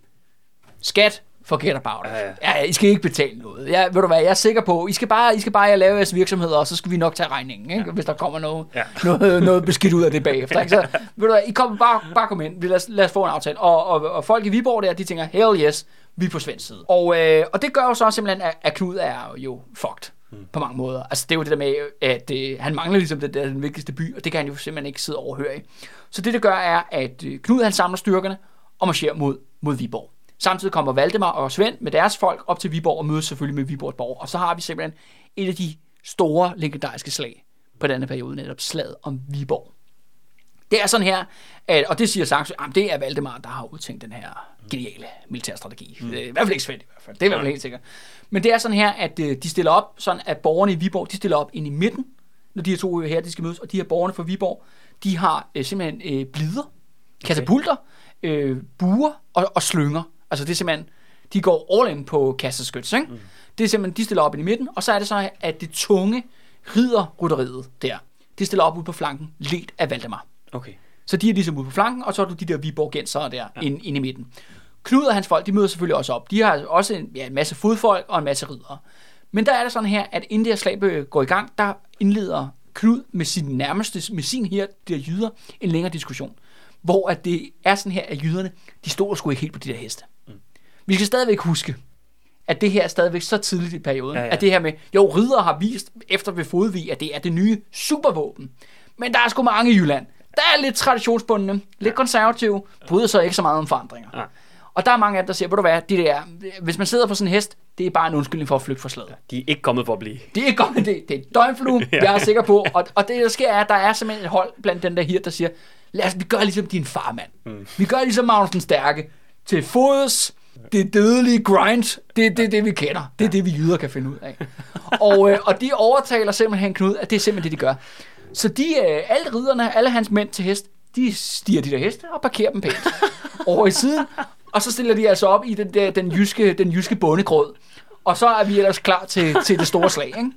skat, forget about it. Ja, ja. Ja, I skal ikke betale noget. Ja, ved du hvad, jeg er sikker på, I skal bare, I skal bare lave jeres virksomheder, og så skal vi nok tage regningen, ikke? Ja. Hvis der kommer noget, ja. noget, noget beskidt ud af det bagefter. Ikke? Så ved du hvad, I kommer bare, bare kom ind, lad os, lad os få en aftale. Og, og, og folk i Viborg der, de tænker, hell yes, vi er på Svends side. Og, øh, og det gør jo så simpelthen, at, at Knud er jo fucked. Mm. På mange måder. Altså det er jo det der med, at øh, han mangler ligesom det der, den vigtigste by, og det kan han jo simpelthen ikke sidde og overhøre i. Så det det gør er, at øh, Knud han samler styrkerne og marcherer mod, mod Viborg. Samtidig kommer Valdemar og Svend med deres folk op til Viborg og mødes selvfølgelig med Viborgs borg. Og så har vi simpelthen et af de store legendariske slag på denne periode, netop slaget om Viborg. Det er sådan her, at, og det siger Saxo, at det er Valdemar, der har udtænkt den her geniale militærstrategi. Mm. I hvert fald ikke Svend i hvert fald, det er i hvert fald helt sikkert. Men det er sådan her, at de stiller op, sådan at borgerne i Viborg, de stiller op ind i midten, når de her to her, de skal mødes, og de her borgerne fra Viborg, de har øh, simpelthen øh, blider, okay. katapulter, øh, buer og, og slynger. Altså det er simpelthen, de går all in på kasteskyts, ikke? Mm. Det er simpelthen, de stiller op ind i midten, og så er det så, at det tunge ridderrytteriet der, de stiller op ude på flanken, ledt af Valdemar. Okay. Så de er ligesom ude på flanken, og så er du de der viborgensere der ja. ind, ind i midten. Knud og hans folk, de møder selvfølgelig også op. De har også en, ja, en masse fodfolk og en masse riddere. Men der er det sådan her, at inden det her slag går i gang, der indleder Knud med sin nærmeste, med sin her, de her jyder, en længere diskussion. Hvor at det er sådan her, at jyderne, de stod sgu ikke helt på de der heste. Mm. Vi skal stadigvæk huske, at det her er stadigvæk så tidligt i perioden, ja, ja. At det her med, jo, ridder har vist efter ved Fodvig, at det er det nye supervåben. Men der er sgu mange i Jylland. Der er lidt traditionsbundne, lidt ja. konservative, bryder så ikke så meget om forandringer. Ja. Og der er mange af dem, der siger, ved du hvad, de der, hvis man sidder på sådan en hest, det er bare en undskyldning for at flygte fra slaget. Ja, de er ikke kommet for at blive. De er ikke kommet, det, det er et døgnflue, ja. Jeg er sikker på. Og, og det, der sker, er, at der er simpelthen et hold blandt den der her, der siger, lad os, vi gør ligesom din farmand. Mm. Vi gør ligesom Magnus den Stærke. Til fods, det dødelige grind, det er det, det, vi kender. Det er det, vi jyder kan finde ud af. og, øh, og de overtaler simpelthen Knud, at det er simpelthen det, de gør. Så de, øh, alle ridderne, alle hans mænd til hest, de stiger de der heste og parkerer dem pænt over i siden. Og så stiller de altså op i den, der, den, jyske, den jyske bondegrød. Og så er vi ellers klar til, til det store slag, ikke?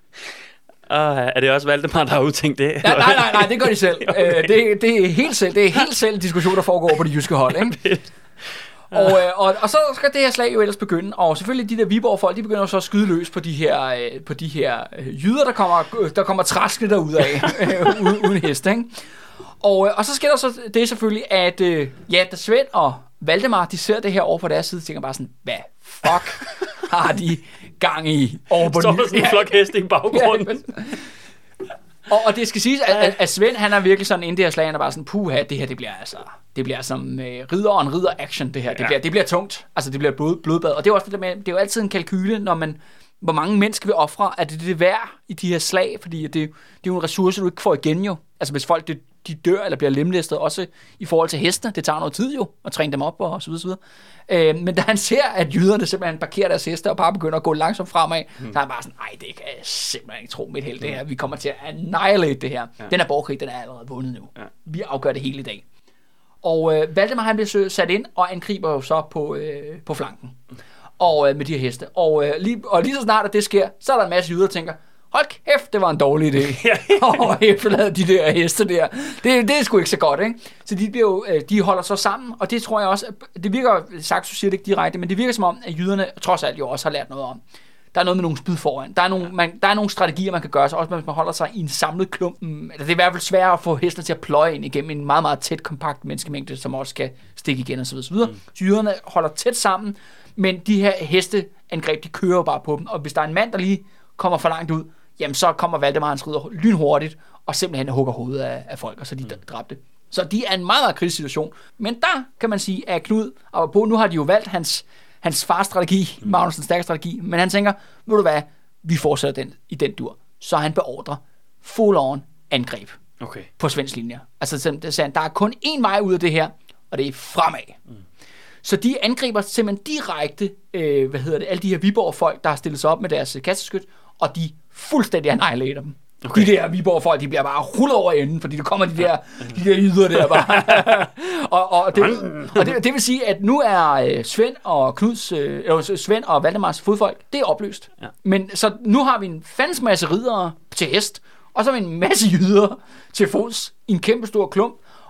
Uh, er det også Valdemar, der har udtænkt det? Ja, nej, nej, nej, det gør de selv. Uh, det, det er helt selv. Det er helt selv en diskussion, der foregår på det jyske hold, ikke? Og, øh, og, og så skal det her slag jo ellers begynde, og selvfølgelig de der Viborg-folk, de begynder så at skyde løs på de her, øh, på de her øh, jyder, der kommer, der kommer traskende derudad, øh, uden, uden hest, ikke? Og, øh, og så sker der så det selvfølgelig, at øh, ja, da Svend og Valdemar, de ser det her over på deres side, tænker bare sådan, hvad fuck har de gang i over på den? Så er der sådan en flok heste i baggrunden. Ja, Og, og det skal siges, at, at, at Svend, han er virkelig sådan, inden det her slag, han er bare sådan, puha, det her, det bliver altså, det bliver som øh, ridder og en ridder action, det her. Det, ja. bliver, det bliver tungt. Altså, det bliver blod, blodbad. Og det er også det der med, det er jo altid en kalkyle, når man, hvor mange mennesker vil ofre, at det er det værd i de her slag, fordi det, det er jo en ressource, du ikke får igen jo. Altså, hvis folk, det, de dør eller bliver lemlæstet, også i forhold til hestene, det tager noget tid jo, at træne dem op og så videre, så videre. Øh, men da han ser, at jyderne simpelthen parkerer deres heste og bare begynder at gå langsomt fremad, mm. så er han bare sådan, nej, det kan jeg simpelthen ikke tro mit held, det her. Vi kommer til at annihilate det her. Ja. Den her borgerkrig, den er allerede vundet nu. Ja. Vi afgør det hele i dag. Og øh, Valdemar, han bliver sat ind og angriber jo så på, øh, på flanken og øh, med de her heste. Og, øh, lige, og lige så snart, at det sker, så er der en masse jyder, der tænker, hold kæft, det var en dårlig idé. Og efterlade de der heste der. Det, det er sgu ikke så godt, ikke? Så de, bliver jo, de holder så sammen, og det tror jeg også, det virker, Saxo siger det ikke direkte, men det virker som om, at jyderne trods alt jo også har lært noget om. Der er noget med nogle spyd foran. Der er nogle, man, der er nogle strategier, man kan gøre, så også hvis man holder sig i en samlet klump. Det er i hvert fald sværere at få hestene til at pløje ind igennem en meget, meget tæt, kompakt menneskemængde, som også skal stikke igen og så videre. Mm. Så jyderne holder tæt sammen, men de her hesteangreb, de kører jo bare på dem. Og hvis der er en mand, der lige kommer for langt ud, jamen så kommer Valdemar hans ridder lynhurtigt og simpelthen hugger hovedet af, af folk, og så de mm. dræbte. Så de er en meget, meget kritisk situation. Men der kan man sige, at Knud, og på nu har de jo valgt hans, hans fars strategi, mm. Magnus den Stærke strategi, men han tænker, ved du hvad, vi fortsætter den i den dur. Så han beordrer full-on angreb okay. på Svends linjer. Altså så sagde han, der er kun én vej ud af det her, og det er fremad. Mm. Så de angriber simpelthen direkte, øh, hvad hedder det, alle de her Viborg-folk, der har stillet sig op med deres kasteskyt, og de fuldstændig annihilater dem. Okay. De der Viborg-folk, de bliver bare rullet over enden, fordi der kommer de der, de der yder der bare. og, og, det, og det, det vil sige, at nu er øh, Svend og Knuds, øh, Svend og Valdemars fodfolk, det er opløst. Ja. Men så nu har vi en fandens masse riddere til hest, og så har vi en masse jyder til fods i en kæmpe stor klump.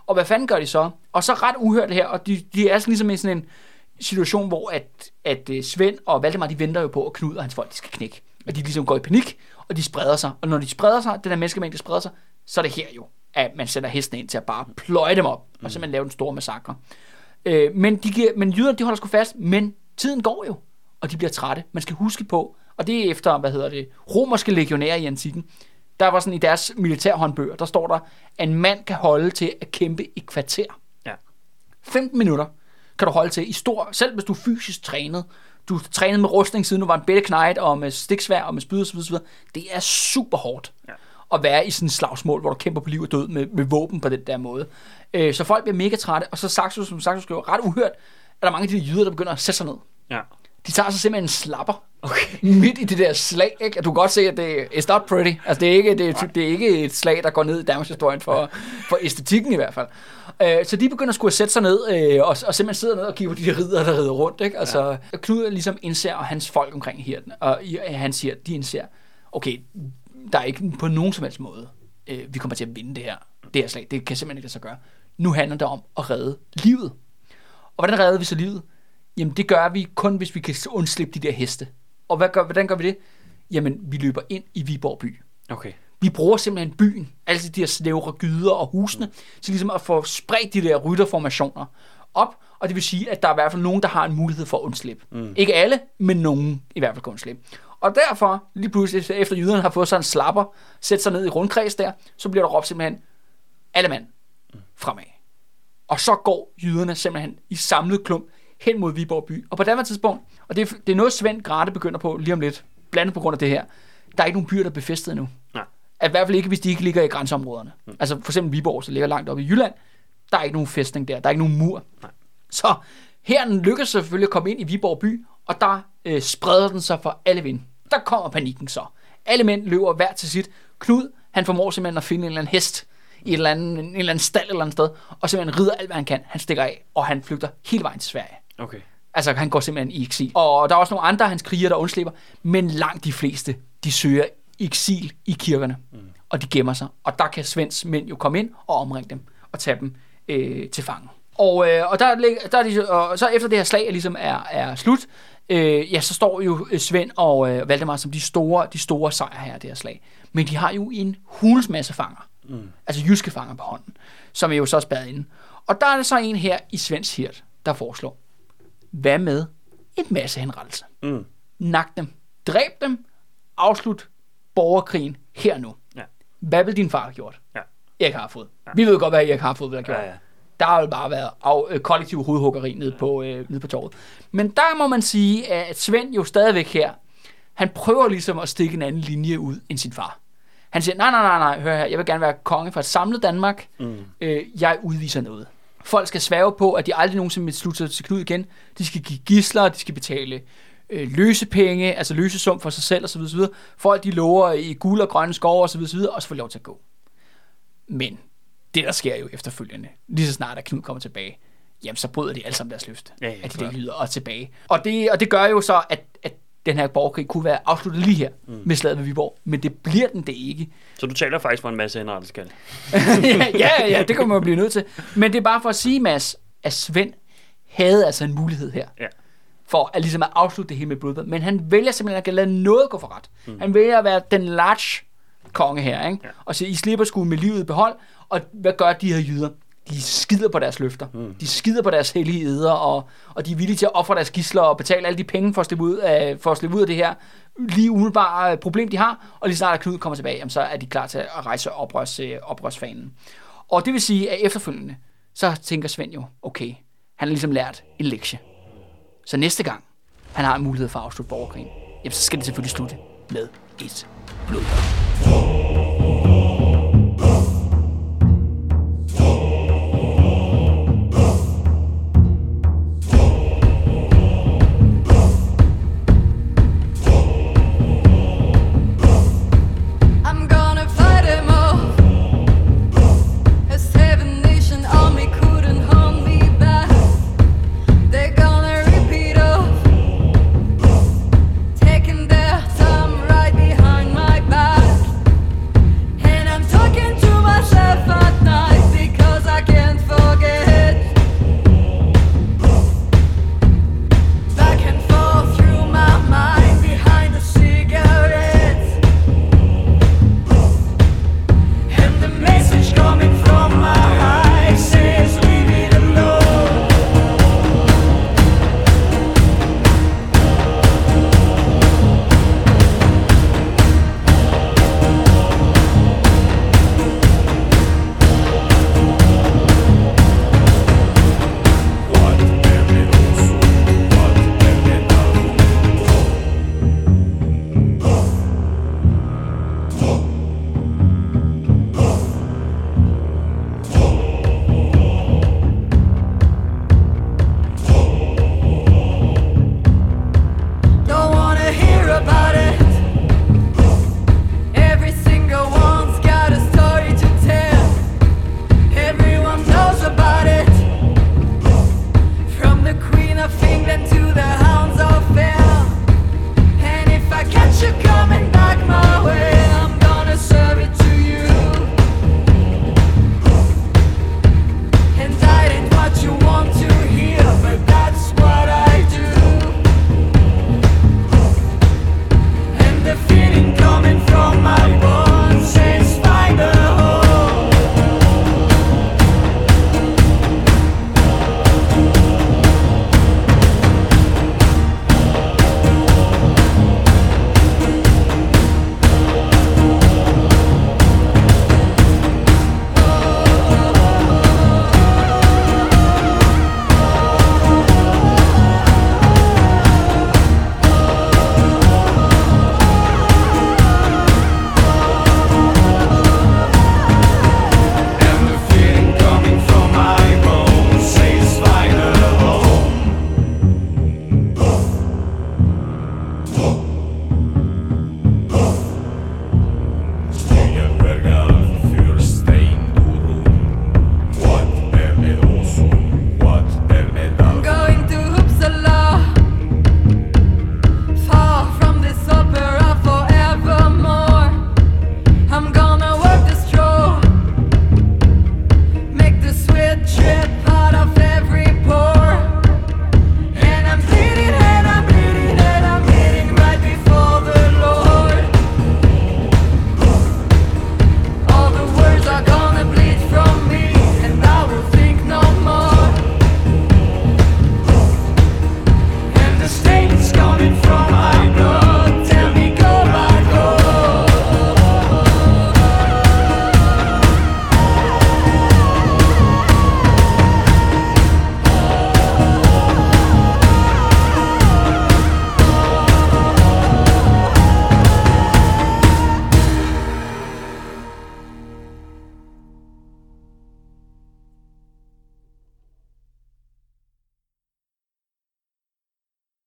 Og hvad fanden gør de så? Og så ret uhørt her, og de, de er sådan ligesom i sådan en situation, hvor at, at Svend og Valdemar, de venter jo på, at Knud og hans folk, de skal knække. Og de ligesom går i panik, og de spreder sig. Og når de spreder sig, den der menneskemængde spreder sig, så er det her jo, at man sender hesten ind til at bare pløje dem op, og simpelthen lave den store massakre. Øh, men, de giver, men jyderne, de holder sgu fast, men tiden går jo, og de bliver trætte. Man skal huske på, og det er efter, hvad hedder det, romerske legionærer i antikken, der var sådan i deres militærhåndbøger, der står der, at en mand kan holde til at kæmpe i kvarter. Ja. femten minutter kan du holde til i stor, selv hvis du er fysisk trænet, du er trænet med rustning, siden du var en bedre knight, og med stiksvær, og med spyd og så videre. Det er super hårdt ja. At være i sådan et slagsmål, hvor du kæmper på liv og død med, med våben på den der måde. Øh, så folk bliver mega trætte, og så Saxo, som Saxo skriver, ret uhørt, at der er mange af de jyder, der begynder at sætte sig ned. Ja. De tager så simpelthen en slapper okay. midt i det der slag, ikke? At du kan godt se, at det er not pretty. Altså, det er ikke, det er, det er ikke et slag, der går ned i Danmarks historien for, for æstetikken i hvert fald. Uh, så de begynder sgu at sætte sig ned uh, og, og simpelthen sidder ned og kigger på de der ridder, der rider rundt, ikke? Altså, ja. Knud ligesom indser, og hans folk omkring her, og han siger, de indser, okay, der er ikke på nogen som helst måde, uh, vi kommer til at vinde det her, det her slag. Det kan simpelthen ikke lade sig gøre. Nu handler det om at redde livet. Og hvordan redder vi så livet? Jamen, det gør vi kun, hvis vi kan undslippe de der heste. Og hvad gør, hvordan gør vi det? Jamen, vi løber ind i Viborg by. Okay. Vi bruger simpelthen byen, altså de her snævre gyder og husene, mm. til ligesom at få spredt de der rytterformationer op, og det vil sige, at der er i hvert fald nogen, der har en mulighed for at undslippe. Mm. Ikke alle, men nogen i hvert fald kan undslippe. Og derfor, lige pludselig, efter jyderne har fået sådan en slapper, sætte sig ned i rundkreds der, så bliver der råbt simpelthen, alle mand fremad. Og så går jyderne simpelthen i samlet klump hen mod Viborg by. Og på det tidspunkt, og det er, det er noget Svend Grathe begynder på lige om lidt, blandt på grund af det her, der er ikke nogen byer, der er befæstet endnu. Nej. I hvert fald ikke, hvis de ikke ligger i grænseområderne. Mm. Altså for eksempel Viborg, så ligger langt oppe i Jylland, der er ikke nogen fæstning der, der er ikke nogen mur. Nej. Så her lykkes selvfølgelig at komme ind i Viborg by, og der øh, spreder den sig for alle vind. Der kommer panikken så. Alle mænd løber hver til sit. Knud, han formår simpelthen at finde en eller anden hest i et eller andet, en eller anden stald eller andet sted, og simpelthen rider alt, hvad han kan. Han stikker af, og han flygter hele vejen til Sverige. Okay. Altså, han går simpelthen i eksil. Og der er også nogle andre af hans krigere, der undslipper, men langt de fleste, de søger eksil i kirkerne, mm. og de gemmer sig. Og der kan Svends mænd jo komme ind og omringe dem, og tage dem øh, til fange. Og, øh, og, der, der er de, og så efter det her slag ligesom er, er slut, øh, ja, så står jo Svend og øh, Valdemar som de store, de store sejre her af det her slag. Men de har jo en hulens masse fanger. Mm. Altså jyske fanger på hånden, som er jo så spærret inde. Og der er det så en her i Svends hirt, der foreslår, hvad med et masse henrettelse? Mm. Nak dem, dræb dem, afslut borgerkrigen her nu. Ja. Hvad vil din far have gjort? Ja. Erik Harfod. Ja. Vi ved godt, hvad Erik Harfod vil have gjort. Ja, ja. Der har jo bare været af, øh, kollektiv hovedhuggeri nede, ja. på, øh, nede på torvet. Men der må man sige, at Svend jo stadigvæk her, han prøver ligesom at stikke en anden linje ud end sin far. Han siger, nej, nej, nej, nej, hør her, jeg vil gerne være konge for et samlet Danmark. Mm. Øh, jeg udviser noget. Folk skal sværge på, at de aldrig nogensinde vil slutte sig til Knud igen. De skal give gidsler, de skal betale øh, løsepenge, altså løsesum for sig selv osv. osv. Folk, de lover i guld og grønne skove osv. osv. og så får lov til at gå. Men det, der sker jo efterfølgende, lige så snart at Knud kommer tilbage, jamen så bryder de alle sammen deres løfte, ja, ja, at de der lyder og tilbage. Og det, og det gør jo så, at, at den her borgerkrig kunne være afsluttet lige her mm. med slaget ved Viborg, men det bliver den det ikke. Så du taler faktisk for en masse henrettelseskald? ja, ja, ja, det kommer man blive nødt til. Men det er bare for at sige, Mads, at Svend havde altså en mulighed her, ja. for at ligesom at afslutte det hele med blodbad. Men han vælger simpelthen at lade noget gå for ret. Mm. Han vælger at være den large konge her, ikke? Ja. Og sige, I slipper sgu med livet i behold, og hvad gør de her jyder? De skider på deres løfter. Mm. De skider på deres hellige eder, og, og de er villige til at ofre deres gidsler og betale alle de penge for at slippe ud af, for at slippe ud af det her lige umiddelbare problem, de har. Og lige snart at Knud kommer tilbage, jamen, så er de klar til at rejse oprørs, oprørsfanen. Og det vil sige, at efterfølgende, så tænker Svend jo, okay, han har ligesom lært en lektie. Så næste gang, han har en mulighed for at afslutte borgerkrigen, jamen, så skal det selvfølgelig slutte med et blodbad. Taking their time right behind my back. into the hounds of fear. And if I catch you coming back, my